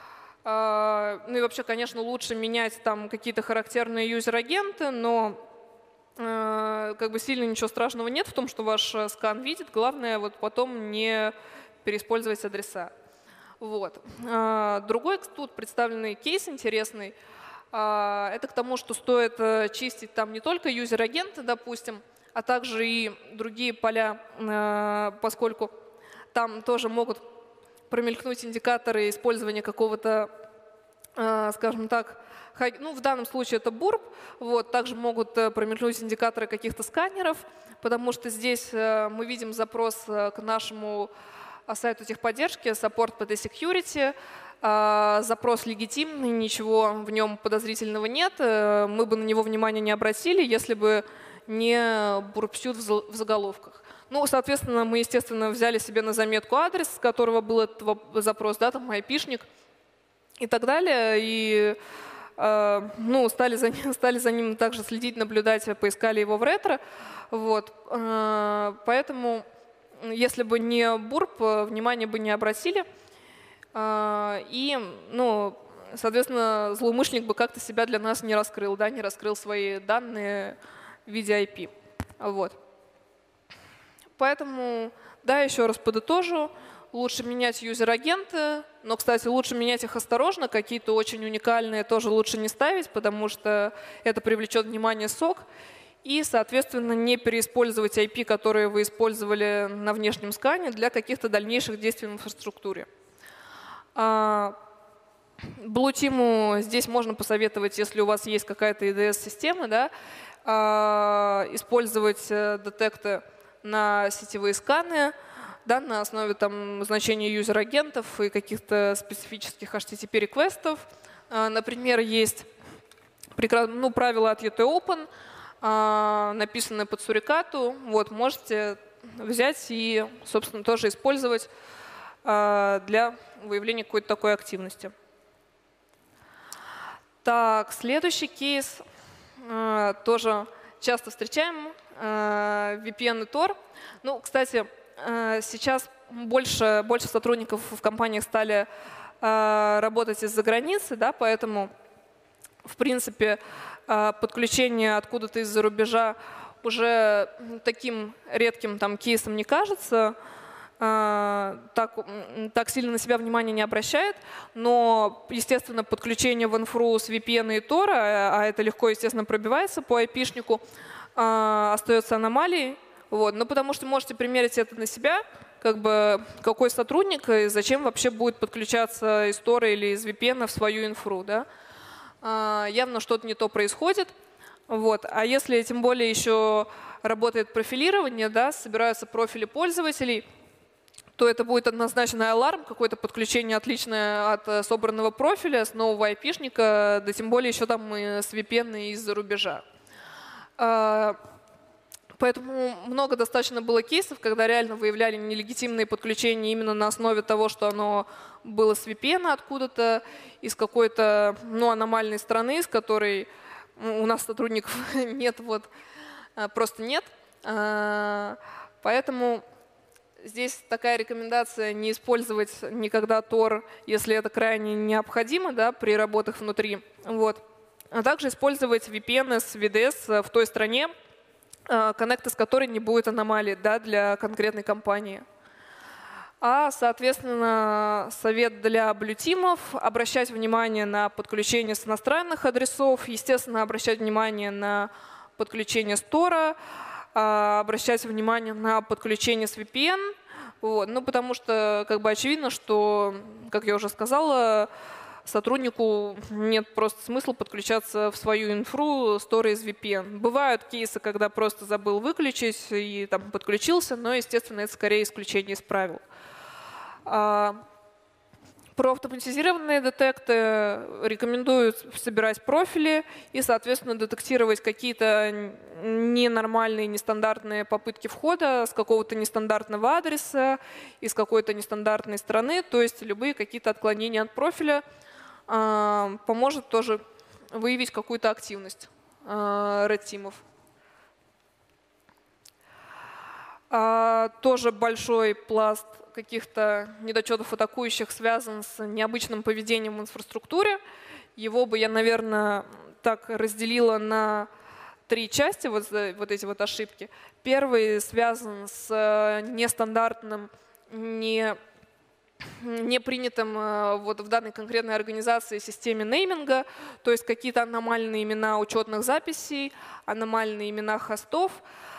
Ну и вообще, конечно, лучше менять там какие-то характерные юзер-агенты, но как бы сильно ничего страшного нет в том, что ваш скан видит. Главное вот потом не переиспользовать адреса. Вот. Другой тут представленный кейс интересный. Это к тому, что стоит чистить там не только юзер-агенты, допустим, а также и другие поля, поскольку там тоже могут промелькнуть индикаторы использования какого-то, скажем так, ну, в данном случае это бурп. Вот, также могут промелькнуть индикаторы каких-то сканеров, потому что здесь мы видим запрос к нашему сайту техподдержки, support пи ти security. Запрос легитимный, ничего в нем подозрительного нет. Мы бы на него внимания не обратили, если бы не бурпсют в заголовках. Ну, соответственно, мы, естественно, взяли себе на заметку адрес, с которого был этот запрос, да, там айпишник и так далее. И э, ну, стали, за ним, стали за ним также следить, наблюдать, поискали его в ретро. Вот. Э, поэтому, если бы не бурп, внимания бы не обратили. Э, и, ну, соответственно, злоумышленник бы как-то себя для нас не раскрыл, да, не раскрыл свои данные в виде ай пи. Вот. Поэтому, да, еще раз подытожу, лучше менять юзер-агенты, но, кстати, лучше менять их осторожно, какие-то очень уникальные тоже лучше не ставить, потому что это привлечет внимание сок, и, соответственно, не переиспользовать ай пи, которые вы использовали на внешнем скане для каких-то дальнейших действий в инфраструктуре. Blue Team здесь можно посоветовать, если у вас есть какая-то и ди эс-система, да, использовать детекты на сетевые сканы, да, на основе там, значения юзер-агентов и каких-то специфических эйч ти ти пи-реквестов. Например, есть ну, правила от ю ти Open, написанные под сурикату. Вот, можете взять и, собственно, тоже использовать для выявления какой-то такой активности. Так, следующий кейс тоже часто встречаем, ви пи эн и тор. Ну, кстати, сейчас больше, больше сотрудников в компаниях стали работать из-за границы, да, поэтому, в принципе, подключение откуда-то из-за рубежа уже таким редким там, кейсом не кажется, так, так сильно на себя внимание не обращает, но, естественно, подключение в инфру с ви пи эн и тора, а это легко, естественно, пробивается по айпишнику, остается аномалией. Вот. Ну, потому что можете примерить это на себя, как бы какой сотрудник и зачем вообще будет подключаться из тора или из ви пи эн в свою инфру. Да? Явно что-то не то происходит. Вот. А если тем более еще работает профилирование, да, собираются профили пользователей, то это будет однозначно аларм, какое-то подключение отличное от собранного профиля, с нового айпишника, да тем более еще там и с ви пи эн из-за рубежа. Поэтому много достаточно было кейсов, когда реально выявляли нелегитимные подключения именно на основе того, что оно было с ви пи эн откуда-то, из какой-то ну, аномальной страны, с которой у нас сотрудников нет, вот, просто нет. Поэтому здесь такая рекомендация не использовать никогда тор, если это крайне необходимо, да, при работах внутри. Вот. А также использовать ви пи эн с ви ди эс в той стране, коннекта с которой не будет аномалий, да, для конкретной компании. А, соответственно, совет для блютимов – обращать внимание на подключение с иностранных адресов, естественно, обращать внимание на подключение с тора, обращать внимание на подключение с ви пи эн, вот, ну, потому что как бы очевидно, что, как я уже сказала, сотруднику нет просто смысла подключаться в свою инфру с тора из ви пи эн. Бывают кейсы, когда просто забыл выключить и там подключился, но, естественно, это скорее исключение из правил. А, про автоматизированные детекты рекомендую собирать профили и, соответственно, детектировать какие-то ненормальные, нестандартные попытки входа с какого-то нестандартного адреса, из какой-то нестандартной страны, то есть любые какие-то отклонения от профиля а, поможет тоже выявить какую-то активность а, red-тимов. А, тоже большой пласт каких-то недочетов атакующих связан с необычным поведением в инфраструктуре. Его бы я, наверное, так разделила на три части, вот, вот эти вот ошибки. Первый связан с нестандартным, не, не принятым вот в данной конкретной организации системе нейминга, то есть какие-то аномальные имена учетных записей, аномальные имена хостов.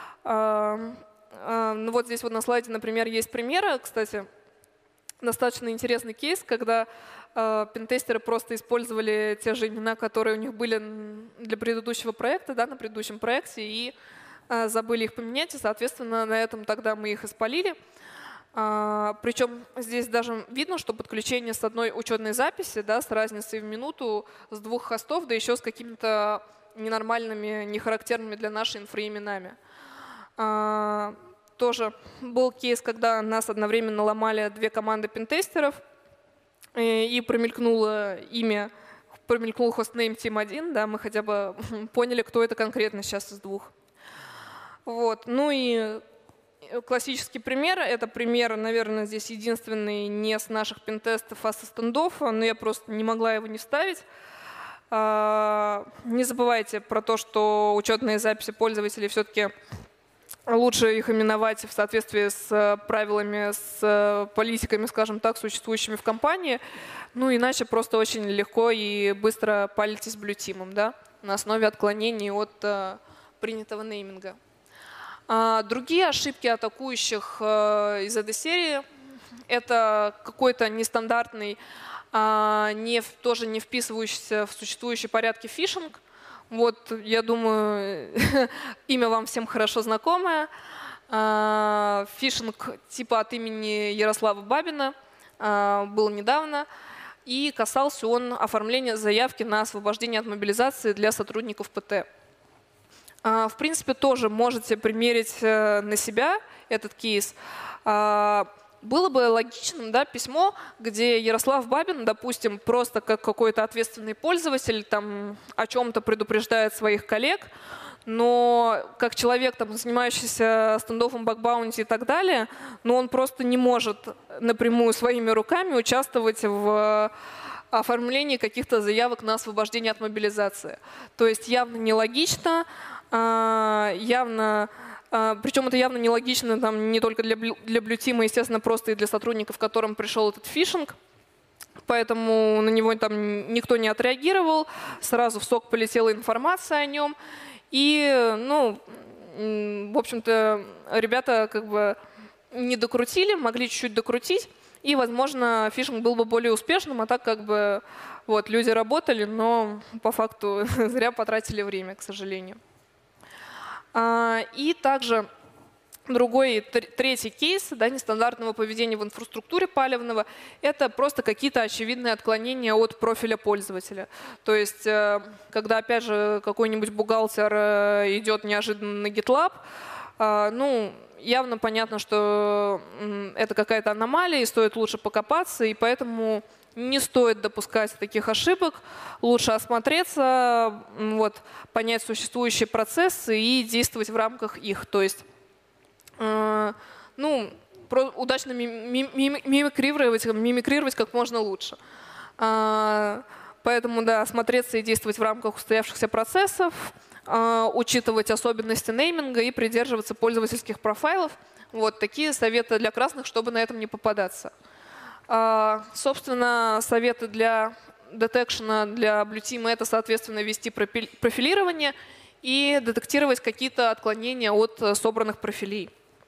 Ну вот здесь вот на слайде, например, есть примеры. Кстати, достаточно интересный кейс, когда э, пентестеры просто использовали те же имена, которые у них были для предыдущего проекта, да, на предыдущем проекте, и э, забыли их поменять, и, соответственно, на этом тогда мы их испалили. Э, причем здесь даже видно, что подключение с одной учетной записи, да, с разницей в минуту, с двух хостов, да еще с какими-то ненормальными, нехарактерными для нашей инфры именами. Тоже был кейс, когда нас одновременно ломали две команды пентестеров, и промелькнуло имя, промелькнул хостнейм тим один, да, мы хотя бы поняли, кто это конкретно сейчас из двух. Вот. Ну и классический пример, это пример, наверное, здесь единственный не с наших пентестов, а со стендов, но я просто не могла его не вставить. Не забывайте про то, что учетные записи пользователей все-таки лучше их именовать в соответствии с правилами, с политиками, скажем так, существующими в компании. Ну, иначе просто очень легко и быстро палитесь блютимом, да, на основе отклонений от uh, принятого нейминга. А другие ошибки атакующих uh, из этой серии – это какой-то нестандартный, uh, не, тоже не вписывающийся в существующие порядки фишинг. Вот, я думаю, имя вам всем хорошо знакомое. Фишинг типа от имени Ярослава Бабина был недавно. И касался он оформления заявки на освобождение от мобилизации для сотрудников ПТ. В принципе, тоже можете примерить на себя этот кейс. Было бы логичным, да, письмо, где Ярослав Бабин, допустим, просто как какой-то ответственный пользователь там, о чем-то предупреждает своих коллег, но как человек, там, занимающийся стендоффом, бакбаунти и так далее, но он просто не может напрямую своими руками участвовать в оформлении каких-то заявок на освобождение от мобилизации. То есть явно нелогично, явно, причем это явно нелогично там, не только для, для блютима, естественно, просто и для сотрудников, которым пришел этот фишинг. Поэтому на него там никто не отреагировал, сразу в сок полетела информация о нем. И, ну, в общем-то, ребята как бы не докрутили, могли чуть-чуть докрутить, и, возможно, фишинг был бы более успешным, а так как бы вот, люди работали, но по факту зря потратили время, к сожалению. И также другой, третий кейс, да, нестандартного поведения в инфраструктуре палевного – это просто какие-то очевидные отклонения от профиля пользователя. То есть, когда, опять же, какой-нибудь бухгалтер идет неожиданно на GitLab, ну, явно понятно, что это какая-то аномалия, и стоит лучше покопаться, и поэтому не стоит допускать таких ошибок, лучше осмотреться, вот, понять существующие процессы и действовать в рамках их. То есть, ну, удачно мимикрировать, мимикрировать как можно лучше. Поэтому, да, осмотреться и действовать в рамках устоявшихся процессов, учитывать особенности нейминга и придерживаться пользовательских профайлов. Вот такие советы для красных, чтобы на этом не попадаться. Собственно, советы для детекшена, для блютима – это, соответственно, вести профилирование и детектировать какие-то отклонения от собранных профилей.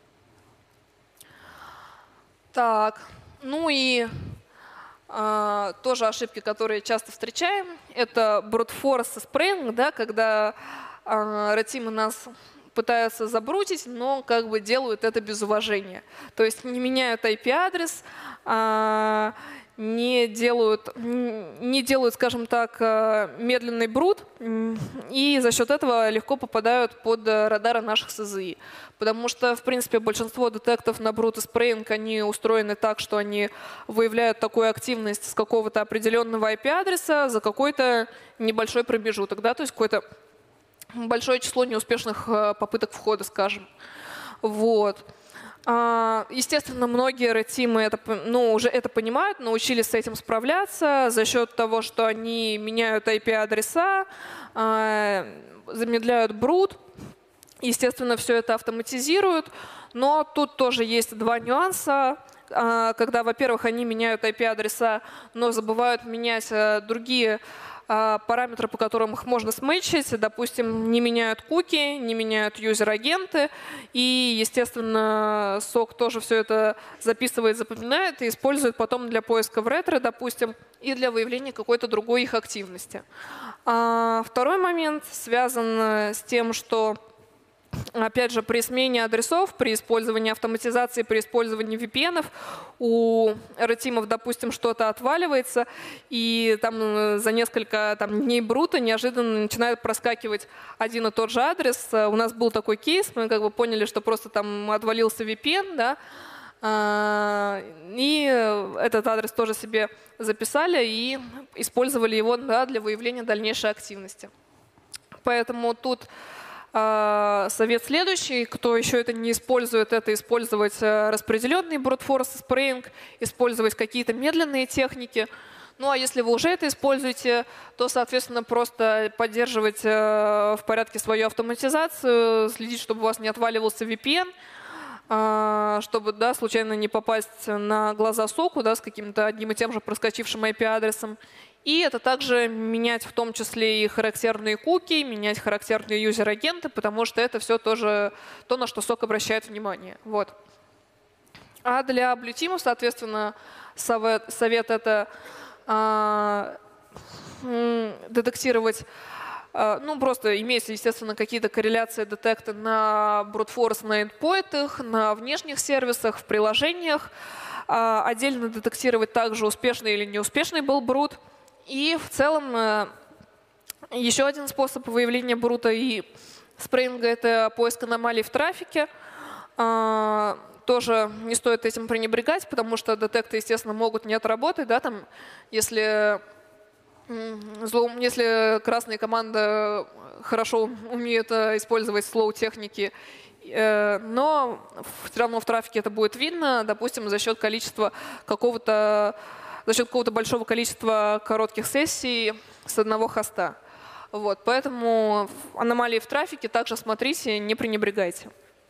Так, ну и а, тоже ошибки, которые часто встречаем, это brute force spraying, да, когда а, ретимы нас пытаются забрутить, но как бы делают это без уважения. То есть не меняют ай пи-адрес, а, не делают, не делают, скажем так, медленный брут, и за счет этого легко попадают под радары наших эс зэ и. Потому что, в принципе, большинство детектов на брут и спрейинг, они устроены так, что они выявляют такую активность с какого-то определенного ай пи-адреса за какой-то небольшой промежуток, да, то есть какое-то большое число неуспешных попыток входа, скажем. Вот. Естественно, многие ретимы это, ну, уже это понимают, научились с этим справляться за счет того, что они меняют ай пи-адреса, замедляют брут. Естественно, все это автоматизируют, но тут тоже есть два нюанса. Когда, во-первых, они меняют ай пи-адреса, но забывают менять другие параметры, по которым их можно сметчить. Допустим, не меняют куки, не меняют юзер-агенты. И, естественно, сок тоже все это записывает, запоминает и использует потом для поиска в ретро, допустим, и для выявления какой-то другой их активности. А второй момент связан с тем, что, опять же, при смене адресов, при использовании автоматизации, при использовании ви пи эн-ов у ретимов, допустим, что-то отваливается, и там за несколько там, дней брута неожиданно начинает проскакивать один и тот же адрес. У нас был такой кейс, мы как бы поняли, что просто там отвалился ви пи эн, да, и этот адрес тоже себе записали и использовали его, да, для выявления дальнейшей активности. Поэтому тут совет следующий, кто еще это не использует, это использовать распределенный brute force spraying, использовать какие-то медленные техники. Ну а если вы уже это используете, то, соответственно, просто поддерживать в порядке свою автоматизацию, следить, чтобы у вас не отваливался ви пи эн, чтобы, да, случайно не попасть на глаза соку, да, с каким-то одним и тем же проскочившим ай пи-адресом. И это также менять в том числе и характерные куки, менять характерные юзер-агенты, потому что это все тоже то, на что сок обращает внимание. Вот. А для блютимов, соответственно, совет, совет это а, детектировать Ну, просто имеются, естественно, какие-то корреляции детекта на brute force, на эндпоинтах, на внешних сервисах, в приложениях. Отдельно детектировать также успешный или неуспешный был брут. И в целом еще один способ выявления брута и спрейнга — это поиск аномалий в трафике. Тоже не стоит этим пренебрегать, потому что детекты, естественно, могут не отработать. Да, там, если, если красная команда хорошо умеет использовать слоу-техники, но все равно в трафике это будет видно, допустим, за счет количества какого-то, за счет какого-то большого количества коротких сессий с одного хоста. Вот, поэтому аномалии в трафике также смотрите, не пренебрегайте.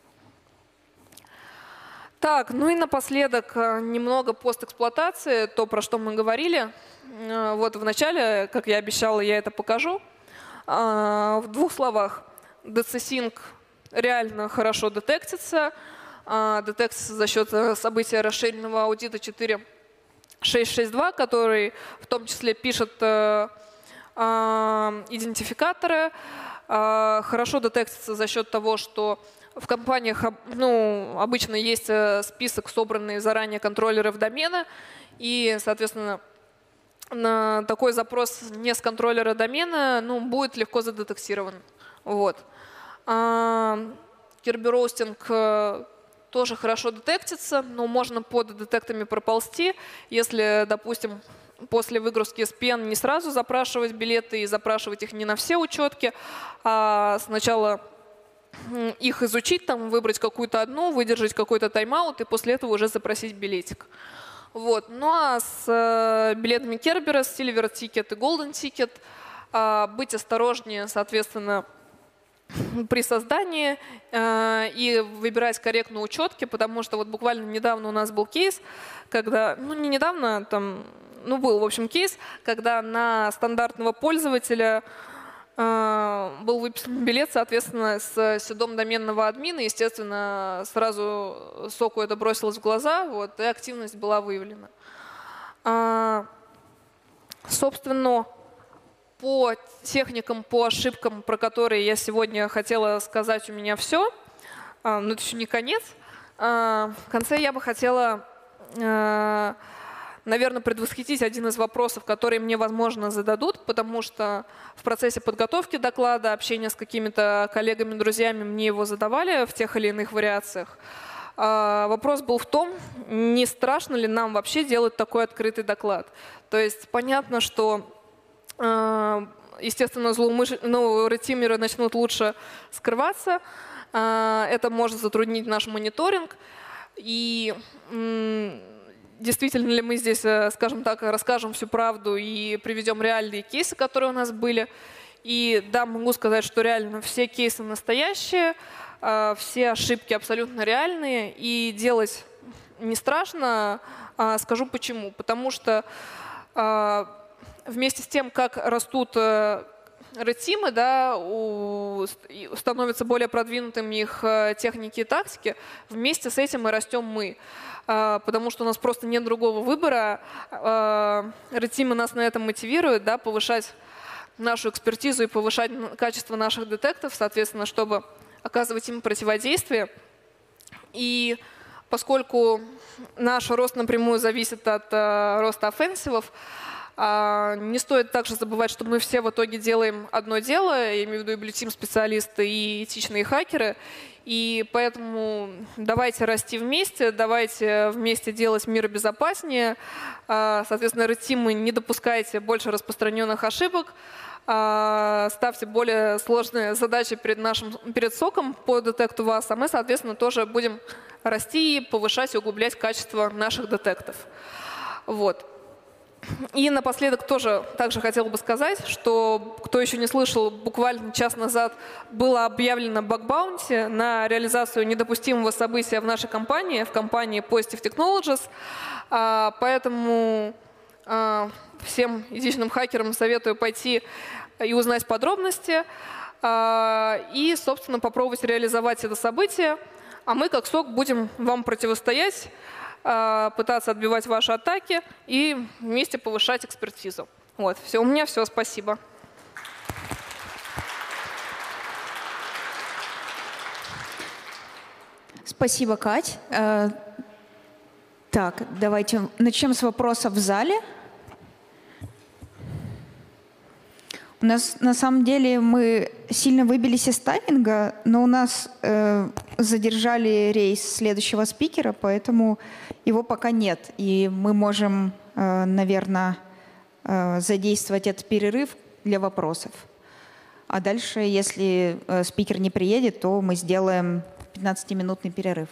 Так, ну и напоследок немного постэксплуатации, то, про что мы говорили. Вот в начале, как я обещала, я это покажу. В двух словах, ди си-Sync реально хорошо детектится. Детектится за счет события расширенного аудита четыре шесть шесть два, который в том числе пишет идентификаторы. Хорошо детектится за счет того, что в компаниях ну, обычно есть список, собранный заранее контроллеров домена, и, соответственно, на такой запрос не с контроллера домена ну, будет легко задетектирован. Вот. Керби-роустинг тоже хорошо детектится, но можно под детектами проползти, если, допустим, после выгрузки эс пи эн не сразу запрашивать билеты и запрашивать их не на все учетки, а сначала их изучить, там, выбрать какую-то одну, выдержать какой-то тайм-аут и после этого уже запросить билетик. Вот. Ну а с э, билетами Кербера, с Silver Ticket и Golden Ticket э, быть осторожнее, соответственно, при создании э, и выбирать корректно учетки, потому что вот буквально недавно у нас был кейс, когда, ну не недавно, там, ну был, в общем, кейс, когда на стандартного пользователя был выписан билет, соответственно, с седом доменного админа. Естественно, сразу соку это бросилось в глаза, вот, и активность была выявлена. А, собственно, по техникам, по ошибкам, про которые я сегодня хотела сказать, у меня все. А, но это еще не конец. А, в конце я бы хотела, а, наверное, предвосхитить один из вопросов, которые мне, возможно, зададут, потому что в процессе подготовки доклада, общения с какими-то коллегами, друзьями мне его задавали в тех или иных вариациях. Вопрос был в том, не страшно ли нам вообще делать такой открытый доклад. То есть понятно, что, естественно, злоумыш... ну, редтимеры начнут лучше скрываться, это может затруднить наш мониторинг. И действительно ли мы здесь, скажем так, расскажем всю правду и приведем реальные кейсы, которые у нас были. И да, могу сказать, что реально все кейсы настоящие, все ошибки абсолютно реальные. И делать не страшно. Скажу почему. Потому что вместе с тем, как растут редтимы, да, у, становятся более продвинутыми их техники и тактики, вместе с этим и растем мы. Потому что у нас просто нет другого выбора. Редтимы нас на этом мотивируют, да, повышать нашу экспертизу и повышать качество наших детектов, соответственно, чтобы оказывать им противодействие. И поскольку наш рост напрямую зависит от роста оффенсивов, не стоит также забывать, что мы все в итоге делаем одно дело, я имею в виду и блю-тим-специалисты, и этичные хакеры. И поэтому давайте расти вместе, давайте вместе делать мир безопаснее. Соответственно, редтимы, не допускайте больше распространенных ошибок, ставьте более сложные задачи перед нашим, перед соком по детекту вас, а мы, соответственно, тоже будем расти, повышать и углублять качество наших детектов. Вот. И напоследок тоже также хотела бы сказать, что, кто еще не слышал, буквально час назад было объявлено баг-баунти на реализацию недопустимого события в нашей компании, в компании Positive Technologies. Поэтому всем этичным хакерам советую пойти и узнать подробности и, собственно, попробовать реализовать это событие. А мы, как сок, будем вам противостоять, пытаться отбивать ваши атаки и вместе повышать экспертизу. Вот, все, у меня все, спасибо. Спасибо, Кать. Так, давайте начнем с вопросов в зале. У нас на самом деле мы сильно выбились из тайминга, но у нас э, задержали рейс следующего спикера, поэтому его пока нет. И мы можем, э, наверное, э, задействовать этот перерыв для вопросов. А дальше, если э, спикер не приедет, то мы сделаем пятнадцатиминутный перерыв.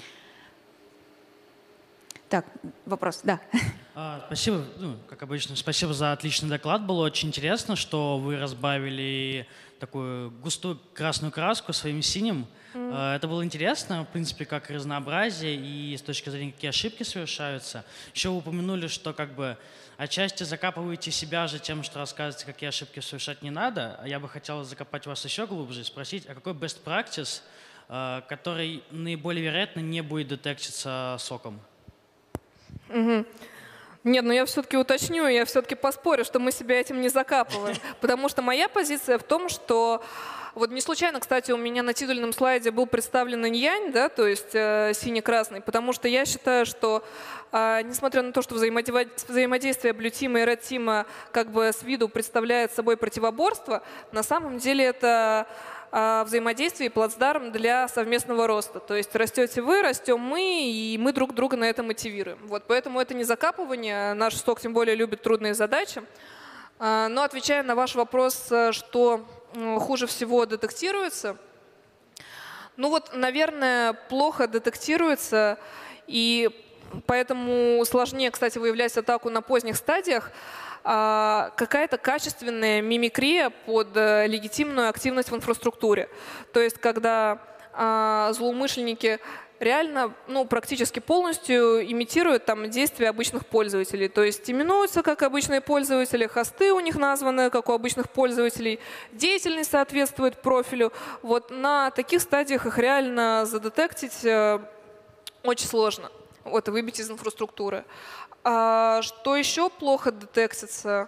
Так, вопрос, да. А, спасибо, ну, как обычно, спасибо за отличный доклад. Было очень интересно, что вы разбавили такую густую красную краску своим синим. Mm. Это было интересно, в принципе, как разнообразие и с точки зрения, какие ошибки совершаются. Еще вы упомянули, что как бы отчасти закапываете себя же тем, что рассказываете, какие ошибки совершать не надо. А я бы хотел закопать вас еще глубже и спросить, а какой best practice, который наиболее вероятно не будет детектиться соком? Mm-hmm. Нет, но я все-таки уточню, я все-таки поспорю, что мы себя этим не закапываем. Потому что моя позиция в том, что… Вот не случайно, кстати, у меня на титульном слайде был представлен инь-янь, да, то есть э, синий-красный, потому что я считаю, что э, несмотря на то, что взаимодействие Blue Team и Red Team как бы с виду представляет собой противоборство, на самом деле это э, взаимодействие и плацдарм для совместного роста. То есть растете вы, растем мы, и мы друг друга на это мотивируем. Вот, поэтому это не закапывание, наш сток тем более любит трудные задачи. Э, но отвечая на ваш вопрос, что хуже всего детектируется. Ну вот, наверное, плохо детектируется, и поэтому сложнее, кстати, выявлять атаку на поздних стадиях. А какая-то качественная мимикрия под легитимную активность в инфраструктуре. То есть, когда а, злоумышленники реально, ну, практически полностью имитируют там действия обычных пользователей. То есть именуются как обычные пользователи, хосты у них названы как у обычных пользователей, деятельность соответствует профилю. Вот на таких стадиях их реально задетектить э, очень сложно, вот, и выбить из инфраструктуры. А что еще плохо детектится?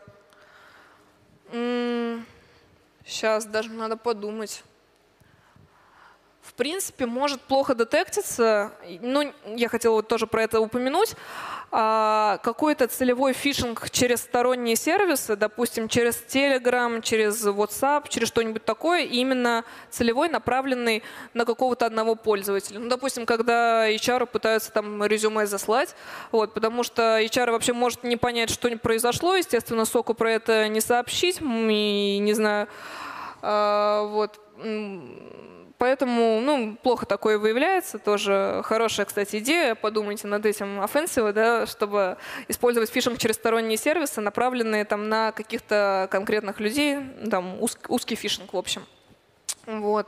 М-м- сейчас даже надо подумать. В принципе, может плохо детектиться, ну, я хотела вот тоже про это упомянуть, а, какой-то целевой фишинг через сторонние сервисы, допустим, через Telegram, через WhatsApp, через что-нибудь такое, именно целевой, направленный на какого-то одного пользователя. Ну, допустим, когда эйч ар пытаются там резюме заслать, вот, потому что эйч ар вообще может не понять, что произошло, естественно, соку про это не сообщить, и не знаю, а, вот. Поэтому, ну, плохо такое выявляется, тоже хорошая, кстати, идея, подумайте над этим offensive, да, чтобы использовать фишинг через сторонние сервисы, направленные там на каких-то конкретных людей, там уз, узкий фишинг, в общем. Вот.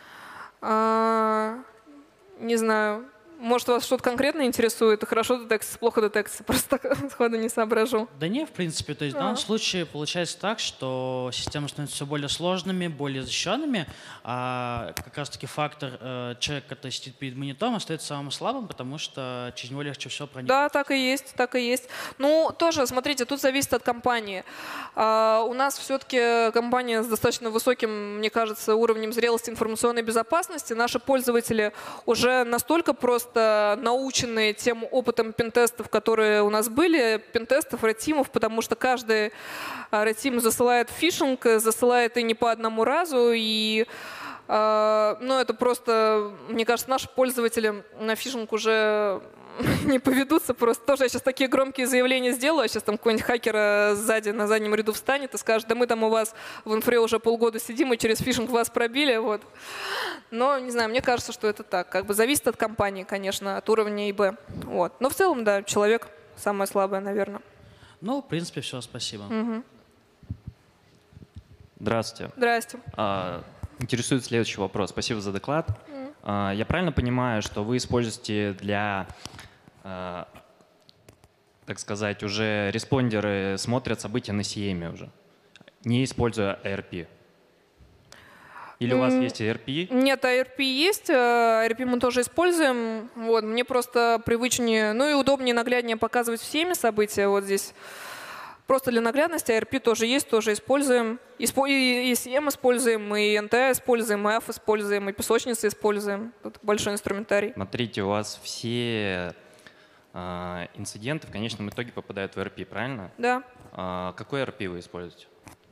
А, не знаю, может, вас что-то конкретно интересует, хорошо детектится, плохо детектится, просто так сходу не соображу. Да не, в принципе, то есть в данном случае получается так, что системы становятся все более сложными, более защищенными, а как раз-таки фактор э, человека, который сидит перед монитором, остается самым слабым, потому что через него легче всего проникнуть. Да, так и есть, так и есть. Ну, тоже, смотрите, тут зависит от компании. А, у нас все-таки компания с достаточно высоким, мне кажется, уровнем зрелости информационной безопасности. Наши пользователи уже настолько просто наученные тем опытом пентестов, которые у нас были, пентестов, red-тимов, потому что каждый red-тим засылает фишинг, засылает и не по одному разу, и э, ну, это просто, мне кажется, наши пользователи на фишинг уже не поведутся просто. Тоже я сейчас такие громкие заявления сделаю, а сейчас там какой-нибудь хакер сзади на заднем ряду встанет и скажет, да мы там у вас в инфре уже полгода сидим и через фишинг вас пробили. Вот. Но, не знаю, мне кажется, что это так. Как бы зависит от компании, конечно, от уровня и бэ. Вот. Но в целом, да, человек самое слабое, наверное. Ну, в принципе, все, спасибо. Угу. Здравствуйте. Здрасте. А, интересует следующий вопрос. Спасибо за доклад. Mm. А, я правильно понимаю, что вы используете для, а, так сказать, уже респондеры смотрят события на си эм уже, не используя эй ар пи? Или у вас есть эй ар пи? Нет, эй ар пи есть, эй ар пи мы тоже используем. Вот, мне просто привычнее, ну и удобнее, нагляднее показывать всеми события вот здесь. просто для наглядности эй ар пи тоже есть, тоже используем. И и си эм используем, и эн ти используем, и эф используем, и песочницы используем. Тут большой инструментарий. Смотрите, у вас все э, инциденты в конечном итоге попадают в эй ар пи, правильно? Да. А какой эй ар пи вы используете?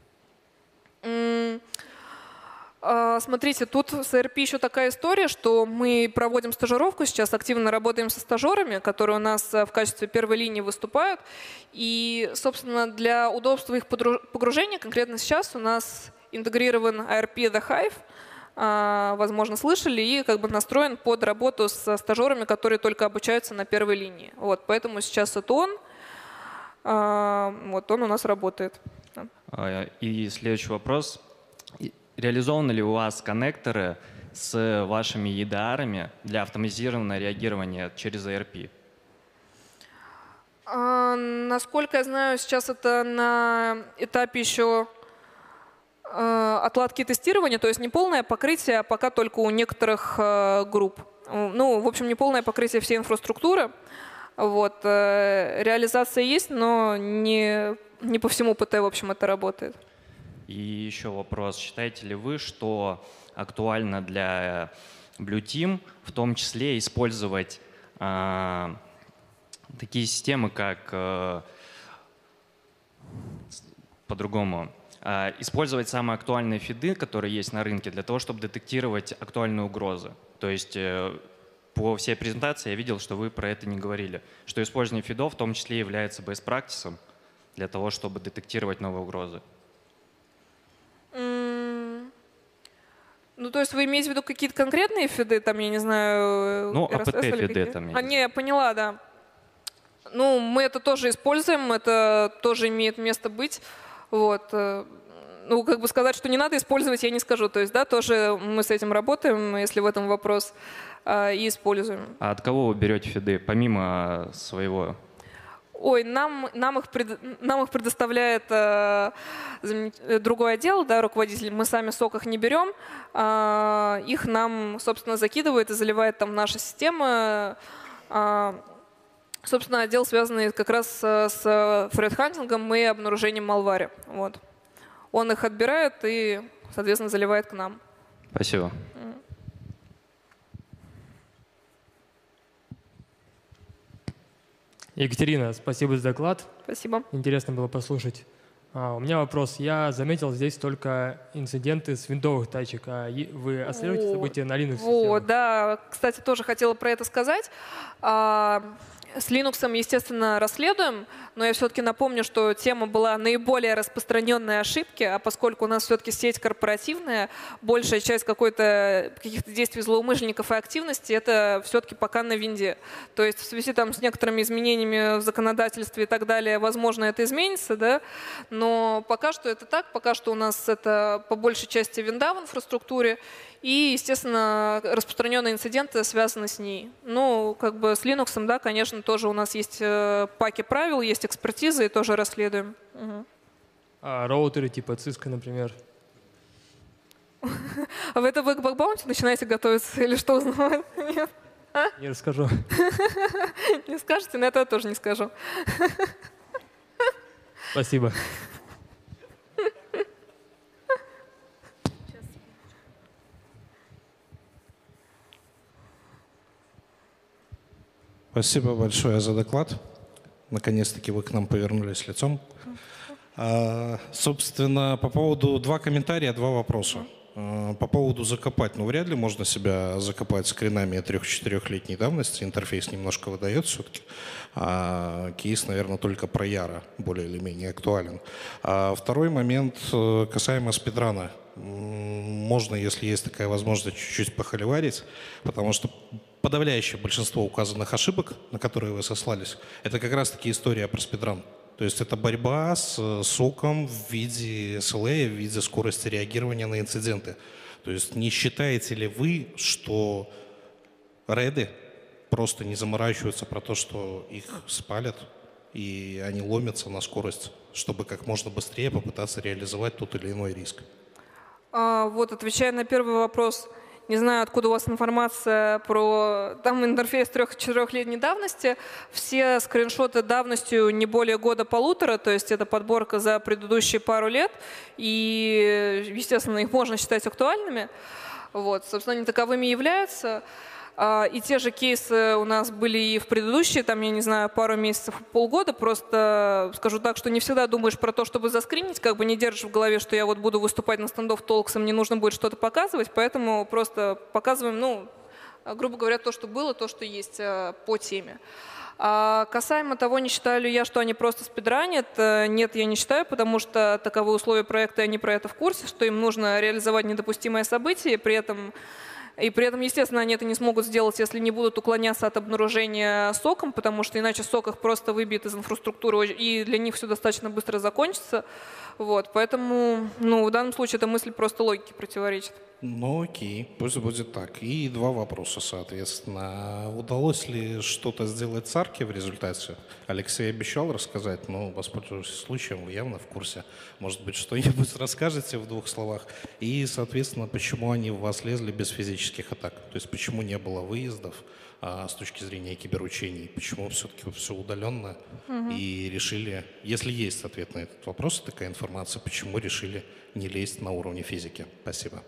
Mm. Смотрите, тут с эй ар пи еще такая история, что мы проводим стажировку сейчас, активно работаем со стажерами, которые у нас в качестве первой линии выступают. И, собственно, для удобства их погружения конкретно сейчас у нас интегрирован эй ар пи The Hive, возможно, слышали, и как бы настроен под работу со стажерами, которые только обучаются на первой линии. Вот, поэтому сейчас это он, вот он у нас работает. И следующий вопрос. Реализованы ли у вас коннекторы с вашими и ди ар-ами для автоматизированного реагирования через эй ар пи? А, насколько я знаю, сейчас это на этапе еще а, отладки тестирования, то есть не полное покрытие, а пока только у некоторых а, групп. Ну, в общем, не полное покрытие всей инфраструктуры. Вот. А, реализация есть, но не, не по всему ПТ, в общем, это работает. И еще вопрос. Считаете ли вы, что актуально для Blue Team в том числе использовать э, такие системы, как э, по-другому, э, использовать самые актуальные фиды, которые есть на рынке, для того, чтобы детектировать актуальные угрозы? То есть э, по всей презентации я видел, что вы про это не говорили, что использование фидов в том числе является best practice для того, чтобы детектировать новые угрозы. Ну, то есть вы имеете в виду какие-то конкретные фиды, там, я не знаю, ну, эй пи ти-фиды там. А, не, я поняла, да. Ну, мы это тоже используем, это тоже имеет место быть. Вот. Ну, как бы сказать, что не надо использовать, я не скажу. То есть, да, тоже мы с этим работаем, если в этом вопрос, и используем. А от кого вы берете фиды, помимо своего? Ой, нам, нам, их, пред, нам их предоставляет э, другой отдел, да, руководитель. Мы сами сок их не берем. Э, их нам, собственно, закидывает и заливает там в наши системы. Э, собственно, отдел, связанный как раз с, с фредхантингом и обнаружением malware. Вот. Он их отбирает и, соответственно, заливает к нам. Спасибо. Екатерина, спасибо за доклад. Спасибо. Интересно было послушать. А, у меня вопрос. Я заметил здесь только инциденты с виндовых тачек. А вы отслеживаете события на Linux? Вот, да. Кстати, тоже хотела про это сказать. А, с Linux, естественно, расследуем, но я все-таки напомню, что тема была наиболее распространенной ошибки, а поскольку у нас все-таки сеть корпоративная, большая часть какой-то, каких-то действий злоумышленников и активности это все-таки пока на винде. То есть в связи там, с некоторыми изменениями в законодательстве и так далее, возможно, это изменится, да? Но пока что это так, пока что у нас это по большей части винда в инфраструктуре, и, естественно, распространенные инциденты связаны с ней. Ну, как бы с Linux, да, конечно, тоже у нас есть паки правил, есть экспертиза, и тоже расследуем. Угу. А роутеры типа Cisco, например? А вы это вы к бэкбаунти начинаете готовиться или что узнавать? Нет? А? Не расскажу. Не скажете? На это я тоже не скажу. Спасибо. Спасибо большое за доклад. Наконец-таки вы к нам повернулись лицом. А, собственно, по поводу два комментария, два вопроса. А, по поводу закопать. Ну, вряд ли можно себя закопать скринами трех-четырехлетней давности. Интерфейс немножко выдает все-таки. А кейс, наверное, только про Яра более или менее актуален. А второй момент касаемо спидрана. Можно, если есть такая возможность, чуть-чуть похоливарить, потому что подавляющее большинство указанных ошибок, на которые вы сослались, это как раз-таки история про спидран. То есть это борьба с соком в виде эс эл эй, в виде скорости реагирования на инциденты. То есть не считаете ли вы, что реды просто не заморачиваются про то, что их спалят, и они ломятся на скорость, чтобы как можно быстрее попытаться реализовать тот или иной риск? А, вот, отвечая на первый вопрос, не знаю, откуда у вас информация про там интерфейс трех-четырехлетней давности. Все скриншоты давностью не более года-полутора, то есть это подборка за предыдущие пару лет. И, естественно, их можно считать актуальными. Вот, собственно, они таковыми являются. И те же кейсы у нас были и в предыдущие, там, я не знаю, пару месяцев, полгода. Просто скажу так, что не всегда думаешь про то, чтобы заскринить, как бы не держишь в голове, что я вот буду выступать на стендов толкс, и мне нужно будет что-то показывать, поэтому просто показываем, ну, грубо говоря, то, что было, то, что есть по теме. А касаемо того, не считаю ли я, что они просто спидранят, нет, я не считаю, потому что таковы условия проекта, и они про это в курсе, что им нужно реализовать недопустимое событие, и при этом... И при этом, естественно, они это не смогут сделать, если не будут уклоняться от обнаружения соком, потому что иначе сок их просто выбьет из инфраструктуры, и для них все достаточно быстро закончится. Вот, поэтому ну, в данном случае эта мысль просто логике противоречит. Ну окей, пусть будет так. И два вопроса, соответственно. Удалось ли что-то сделать с Арки в результате? Алексей обещал рассказать, но, воспользуюсь случаем, вы явно в курсе. Может быть, что-нибудь расскажете в двух словах? И, соответственно, почему они в вас лезли без физических атак? То есть почему не было выездов а, с точки зрения киберучений? Почему все-таки все удаленно? Угу. И решили, если есть ответ на этот вопрос, такая информация, почему решили не лезть на уровне физики? Спасибо.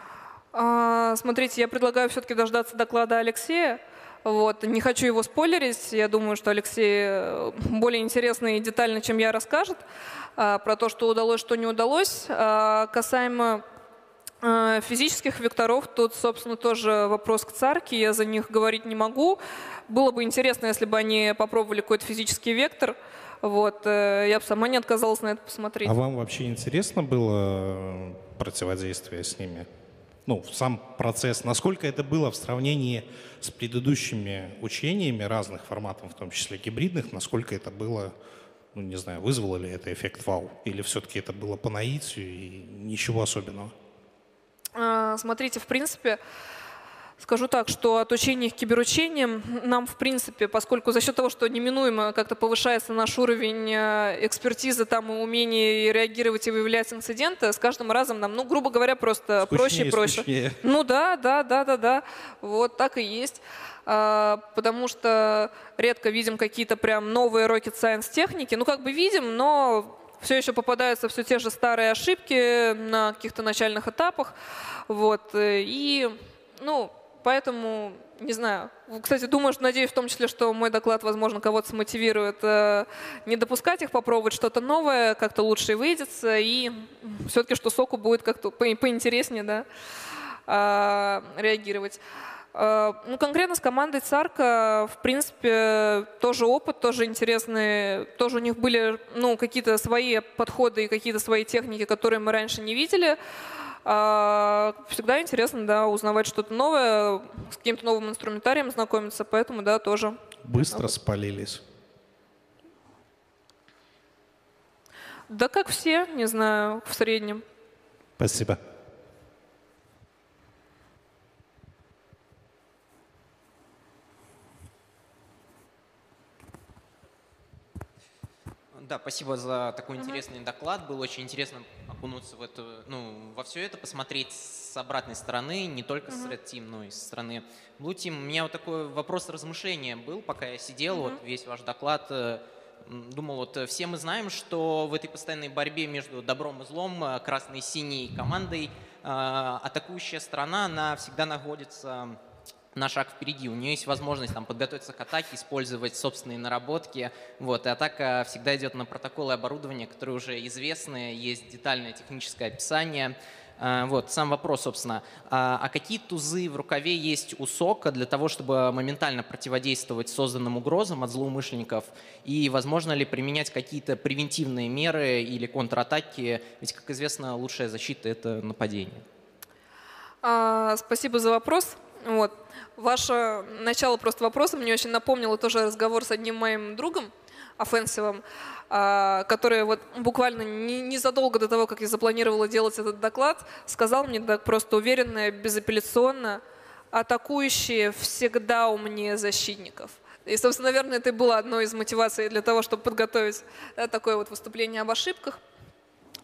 Смотрите, я предлагаю все-таки дождаться доклада Алексея. Вот. Не хочу его спойлерить. Я думаю, что Алексей более интересно и детально, чем я, расскажет про то, что удалось, что не удалось. Касаемо физических векторов, тут, собственно, тоже вопрос к Царке. Я за них говорить не могу. Было бы интересно, если бы они попробовали какой-то физический вектор. Вот. Я бы сама не отказалась на это посмотреть. А вам вообще интересно было противодействие с ними? Ну, сам процесс, насколько это было в сравнении с предыдущими учениями разных форматов, в том числе гибридных, насколько это было, ну, не знаю, вызвало ли это эффект вау, или все-таки это было по наитию и ничего особенного? А, смотрите, в принципе, скажу так, что от учения к киберучениям нам, в принципе, поскольку за счет того, что неминуемо как-то повышается наш уровень экспертизы там, и умения реагировать и выявлять инциденты, с каждым разом нам, ну, грубо говоря, просто скучнее, проще и проще. Скучнее. Ну да, да, да, да, да. Вот так и есть. А, потому что редко видим какие-то прям новые rocket science техники. Ну, как бы видим, но все еще попадаются все те же старые ошибки на каких-то начальных этапах. Вот. И, ну, поэтому, не знаю, кстати, думаю, что, надеюсь в том числе, что мой доклад, возможно, кого-то смотивирует э, не допускать их, попробовать что-то новое, как-то лучше и выйдется, и все-таки, что соку будет как-то по поинтереснее, да, э, реагировать. Э, ну, конкретно с командой Царка, в принципе, тоже опыт, тоже интересный, тоже у них были, ну, какие-то свои подходы и какие-то свои техники, которые мы раньше не видели. Всегда интересно, да, узнавать что-то новое, с каким-то новым инструментарием знакомиться, поэтому, да, тоже. Быстро спалились? Да, как все, не знаю, в среднем. Спасибо. Да, спасибо за такой интересный uh-huh. доклад. Было очень интересно окунуться в это, ну, во все это, посмотреть с обратной стороны, не только uh-huh. с Red Team, но и со стороны Blue Team. У меня вот такой вопрос размышления был, пока я сидел, uh-huh. вот весь ваш доклад. Думал, вот все мы знаем, что в этой постоянной борьбе между добром и злом, красной и синей командой, атакующая сторона, она всегда находится на шаг впереди. У нее есть возможность там, подготовиться к атаке, использовать собственные наработки. Вот. И атака всегда идет на протоколы оборудования, которые уже известны, есть детальное техническое описание. Вот. Сам вопрос, собственно, а какие тузы в рукаве есть у сока для того, чтобы моментально противодействовать созданным угрозам от злоумышленников? И возможно ли применять какие-то превентивные меры или контратаки? Ведь, как известно, лучшая защита – это нападение. А, спасибо за вопрос. Вот. Ваше начало просто вопроса мне очень напомнило тоже разговор с одним моим другом, Offensive, который вот буквально незадолго до того, как я запланировала делать этот доклад, сказал мне так просто уверенно, безапелляционно: атакующие всегда умнее защитников. И, собственно, наверное, это и было одной из мотиваций для того, чтобы подготовить, да, такое вот выступление об ошибках.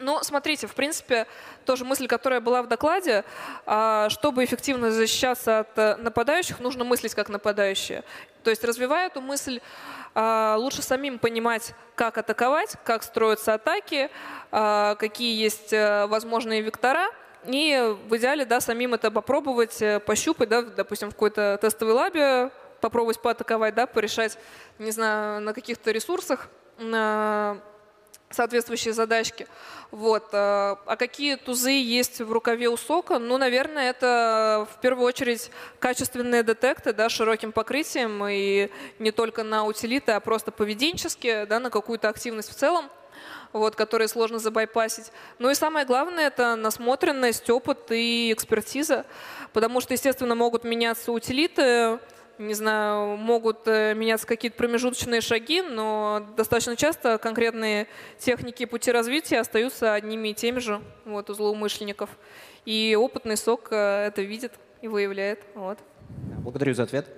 Ну, смотрите, в принципе, тоже мысль, которая была в докладе, чтобы эффективно защищаться от нападающих, нужно мыслить как нападающие. То есть, развивая эту мысль, лучше самим понимать, как атаковать, как строятся атаки, какие есть возможные вектора, и в идеале, да, самим это попробовать, пощупать, да, допустим, в какой-то тестовой лабе, попробовать поатаковать, да, порешать, не знаю, на каких-то ресурсах, на соответствующие задачки. Вот. А какие тузы есть в рукаве у сока? Ну, наверное, это в первую очередь качественные детекты, да, широким покрытием, и не только на утилиты, а просто поведенческие, да, на какую-то активность в целом, вот, которые сложно забайпасить. Ну и самое главное — это насмотренность, опыт и экспертиза, потому что, естественно, могут меняться утилиты, не знаю, могут меняться какие-то промежуточные шаги, но достаточно часто конкретные техники и пути развития остаются одними и теми же, вот, у злоумышленников. И опытный сок это видит и выявляет. Вот. Благодарю за ответ.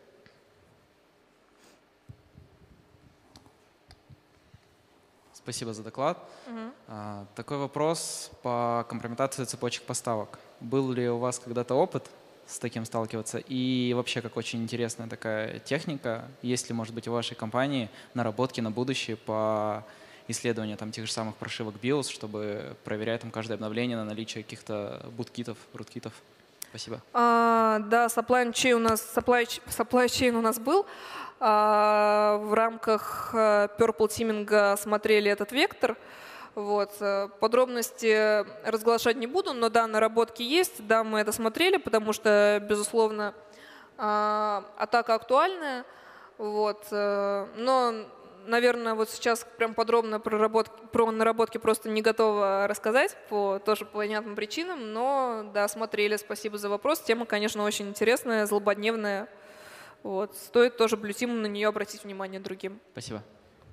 Спасибо за доклад. Угу. Такой вопрос по компрометации цепочек поставок. Был ли у вас когда-то опыт с таким сталкиваться? И вообще, как очень интересная такая техника, есть ли, может быть, у вашей компании наработки на будущее по исследованию там, тех же самых прошивок биос, чтобы проверять там каждое обновление на наличие каких-то буткитов, руткитов? Спасибо. А, да, supply chain у нас, supply, supply chain у нас был. А, в рамках Purple Teaming смотрели этот вектор. Вот. Подробности разглашать не буду, но да, наработки есть, да, мы это смотрели, потому что, безусловно, атака актуальная. Вот. Но, наверное, вот сейчас прям подробно про, работ... про наработки просто не готова рассказать, по тоже по понятным причинам, но да, смотрели, спасибо за вопрос. Тема, конечно, очень интересная, злободневная. Вот. Стоит тоже Blue Team на нее обратить внимание другим. Спасибо.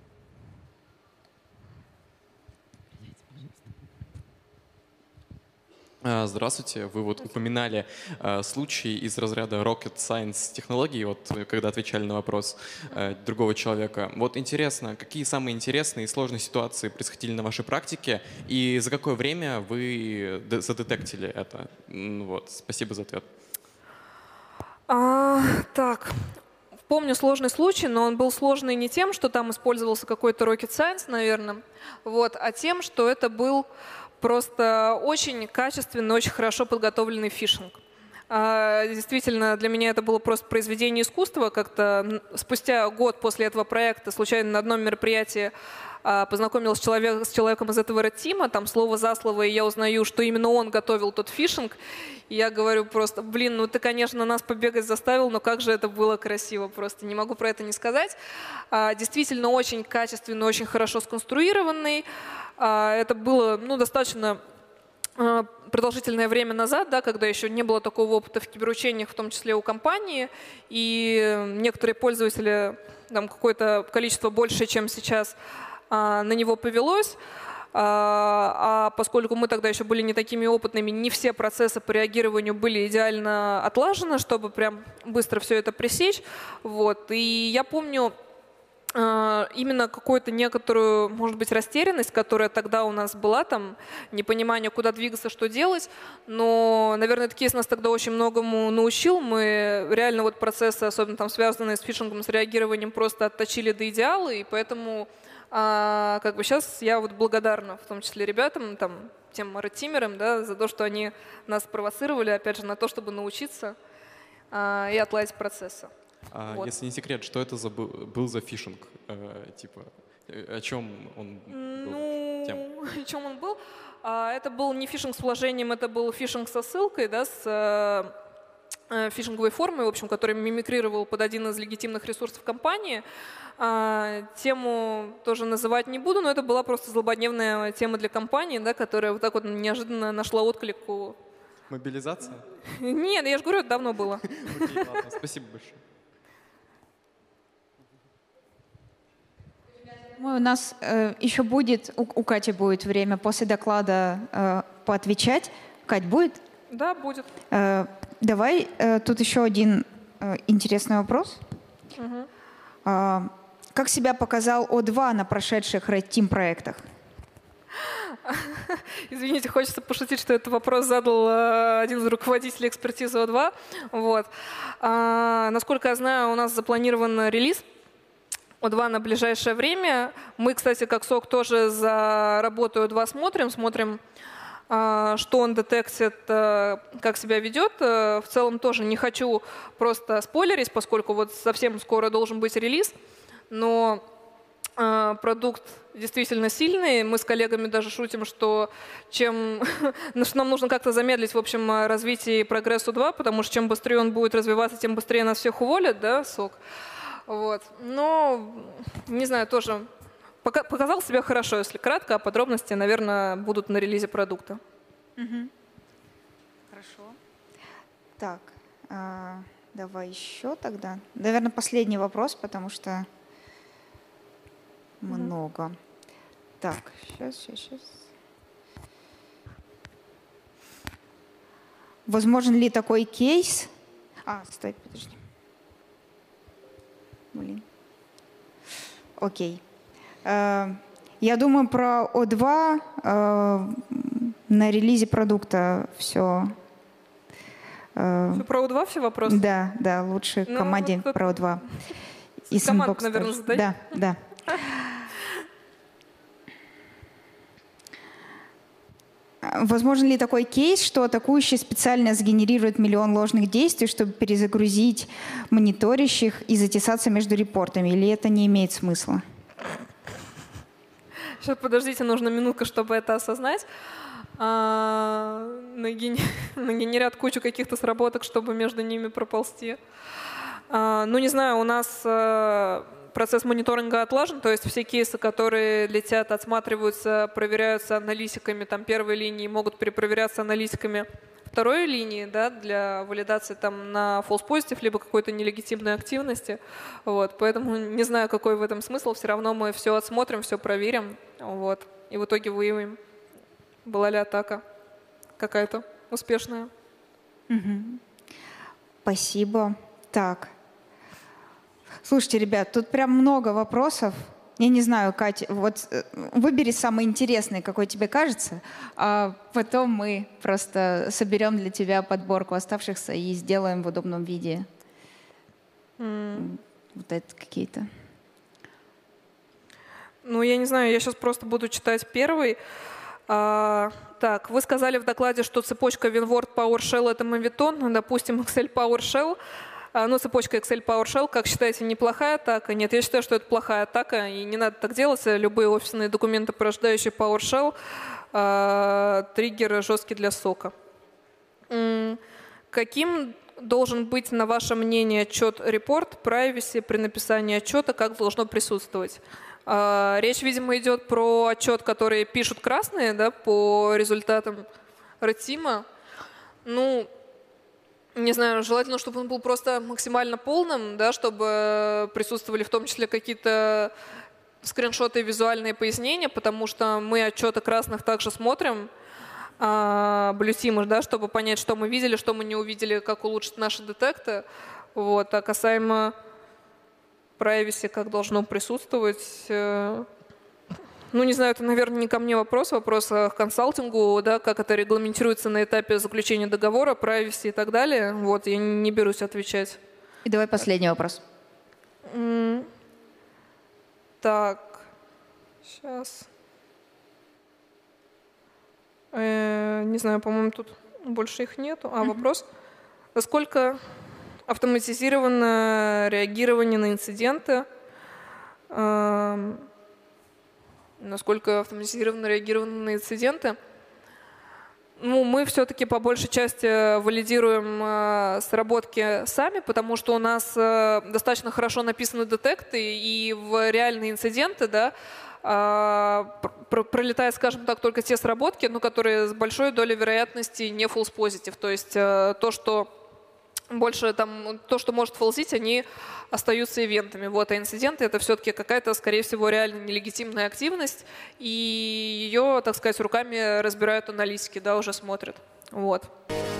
Здравствуйте. Вы вот упоминали э, случай из разряда rocket science технологий, вот когда отвечали на вопрос э, другого человека. Вот интересно, какие самые интересные и сложные ситуации происходили на вашей практике и за какое время вы задетектили это? Вот. Спасибо за ответ. А, так, помню сложный случай, но он был сложный не тем, что там использовался какой-то rocket science, наверное, вот, а тем, что это был просто очень качественный, очень хорошо подготовленный фишинг. Действительно, для меня это было просто произведение искусства. Как-то спустя год после этого проекта случайно на одном мероприятии познакомилась человек, с человеком из этого red-тима, там слово за слово, и я узнаю, что именно он готовил тот фишинг. И я говорю просто, блин, ну ты, конечно, нас побегать заставил, но как же это было красиво, просто не могу про это не сказать. Действительно, очень качественный, очень хорошо сконструированный. Это было, ну, достаточно продолжительное время назад, да, когда еще не было такого опыта в киберучениях, в том числе у компании, и некоторые пользователи, там какое-то количество больше, чем сейчас, на него повелось. А поскольку мы тогда еще были не такими опытными, не все процессы по реагированию были идеально отлажены, чтобы прям быстро все это пресечь. Вот. И я помню именно какую-то некоторую, может быть, растерянность, которая тогда у нас была, там, непонимание, куда двигаться, что делать. Но, наверное, этот кейс нас тогда очень многому научил. Мы реально вот процессы, особенно там связанные с фишингом, с реагированием, просто отточили до идеала, и поэтому а, как бы сейчас я вот благодарна, в том числе ребятам, там, тем red-тимерам, да, за то, что они нас провоцировали, опять же, на то, чтобы научиться а, и отладить процессы. А, вот. Если не секрет, что это за, был за фишинг? Э, типа, о чем он был? Ну, тем? о чем он был? А, это был не фишинг с вложением, это был фишинг со ссылкой, да, с э, фишинговой формой, в общем, который мимикрировал под один из легитимных ресурсов компании. А, тему тоже называть не буду, но это была просто злободневная тема для компании, да, которая вот так вот неожиданно нашла отклик у... Мобилизация? Нет, я же говорю, это давно было. Окей, ладно, спасибо большое. У нас э, еще будет, у, у Кати будет время после доклада э, поотвечать. Кать, будет? Да, будет. Э, давай, э, тут еще один э, интересный вопрос. Угу. Э, как себя показал О два на прошедших Red Team проектах? Извините, хочется пошутить, что этот вопрос задал один из руководителей экспертизы О два. Вот. А, насколько я знаю, у нас запланирован релиз О два на ближайшее время. Мы, кстати, как сок тоже за работу О два смотрим, смотрим, что он детектит, как себя ведет. В целом тоже не хочу просто спойлерить, поскольку вот совсем скоро должен быть релиз, но продукт действительно сильный. Мы с коллегами даже шутим, что, чем, что нам нужно как-то замедлить в общем, развитие и прогресс О два, потому что чем быстрее он будет развиваться, тем быстрее нас всех уволят, да, сок. Вот. Но, не знаю, тоже показал себя хорошо, если кратко, а подробности, наверное, будут на релизе продукта. Угу. Хорошо. Так, а, давай еще тогда. Наверное, последний вопрос, потому что угу. много. Так, сейчас, сейчас, сейчас. Возможен ли такой кейс? А, стой, подожди. Блин. Окей. Я думаю, про О два на релизе продукта все. Все про О два, все вопросы? Да, да, лучше ну, команде как... про О два. И команду, наверное, задать? Да, да. Возможен ли такой кейс, что атакующий специально сгенерирует миллион ложных действий, чтобы перезагрузить мониторящих и затесаться между репортами? Или это не имеет смысла? Сейчас, подождите, нужно минутка, чтобы это осознать. А, наген... Нагенерят кучу каких-то сработок, чтобы между ними проползти. А, ну, не знаю, у нас а, процесс мониторинга отлажен, то есть все кейсы, которые летят, отсматриваются, проверяются аналитиками там, первой линии, могут перепроверяться аналитиками второй линии, да, для валидации там, на false positive, либо какой-то нелегитимной активности. Вот, поэтому не знаю, какой в этом смысл. Все равно мы все отсмотрим, все проверим. Вот, и в итоге выявим, была ли атака какая-то успешная. Угу. Спасибо. Так. Слушайте, ребят, тут прям много вопросов. Я не знаю, Катя, вот выбери самый интересный, какой тебе кажется, а потом мы просто соберем для тебя подборку оставшихся и сделаем в удобном виде. Mm. Вот это какие-то. Ну, я не знаю, я сейчас просто буду читать первый. А, так, вы сказали в докладе, что цепочка WinWord PowerShell — это мовитон, допустим, Excel PowerShell. Ну, цепочка Excel PowerShell, как считаете, неплохая атака? Нет, я считаю, что это плохая атака, и не надо так делать. Любые офисные документы, порождающие PowerShell, э, триггеры жесткие для сока. Каким должен быть, на ваше мнение, отчет-репорт, privacy при написании отчета, как должно присутствовать? Э, речь, видимо, идет про отчет, который пишут красные, да, по результатам ретима. Ну, не знаю, желательно, чтобы он был просто максимально полным, да, чтобы присутствовали в том числе какие-то скриншоты и визуальные пояснения, потому что мы отчеты красных также смотрим, а, блютимы, да, чтобы понять, что мы видели, что мы не увидели, как улучшить наши детекты. Вот. А касаемо privacy, как должно присутствовать, э, ну, не знаю, это, наверное, не ко мне вопрос, вопрос к консалтингу, да, как это регламентируется на этапе заключения договора, privacy и так далее. Вот, я не берусь отвечать. И давай последний вопрос. Mm. Так, сейчас. Э, не знаю, по-моему, тут больше их нету. А, mm-hmm. вопрос. Насколько автоматизировано реагирование на инциденты? Э, насколько автоматизированно реагировано на инциденты. Ну, мы все-таки по большей части валидируем э, сработки сами, потому что у нас э, достаточно хорошо написаны детекты, и в реальные инциденты, да, э, пр пролетают, скажем так, только те сработки, ну, которые с большой долей вероятности не false positive. То есть э, то, что больше там, то, что может фолзить, они остаются ивентами. Вот, а инциденты — это все-таки какая-то, скорее всего, реально нелегитимная активность, и ее, так сказать, руками разбирают аналитики, да, уже смотрят. Вот.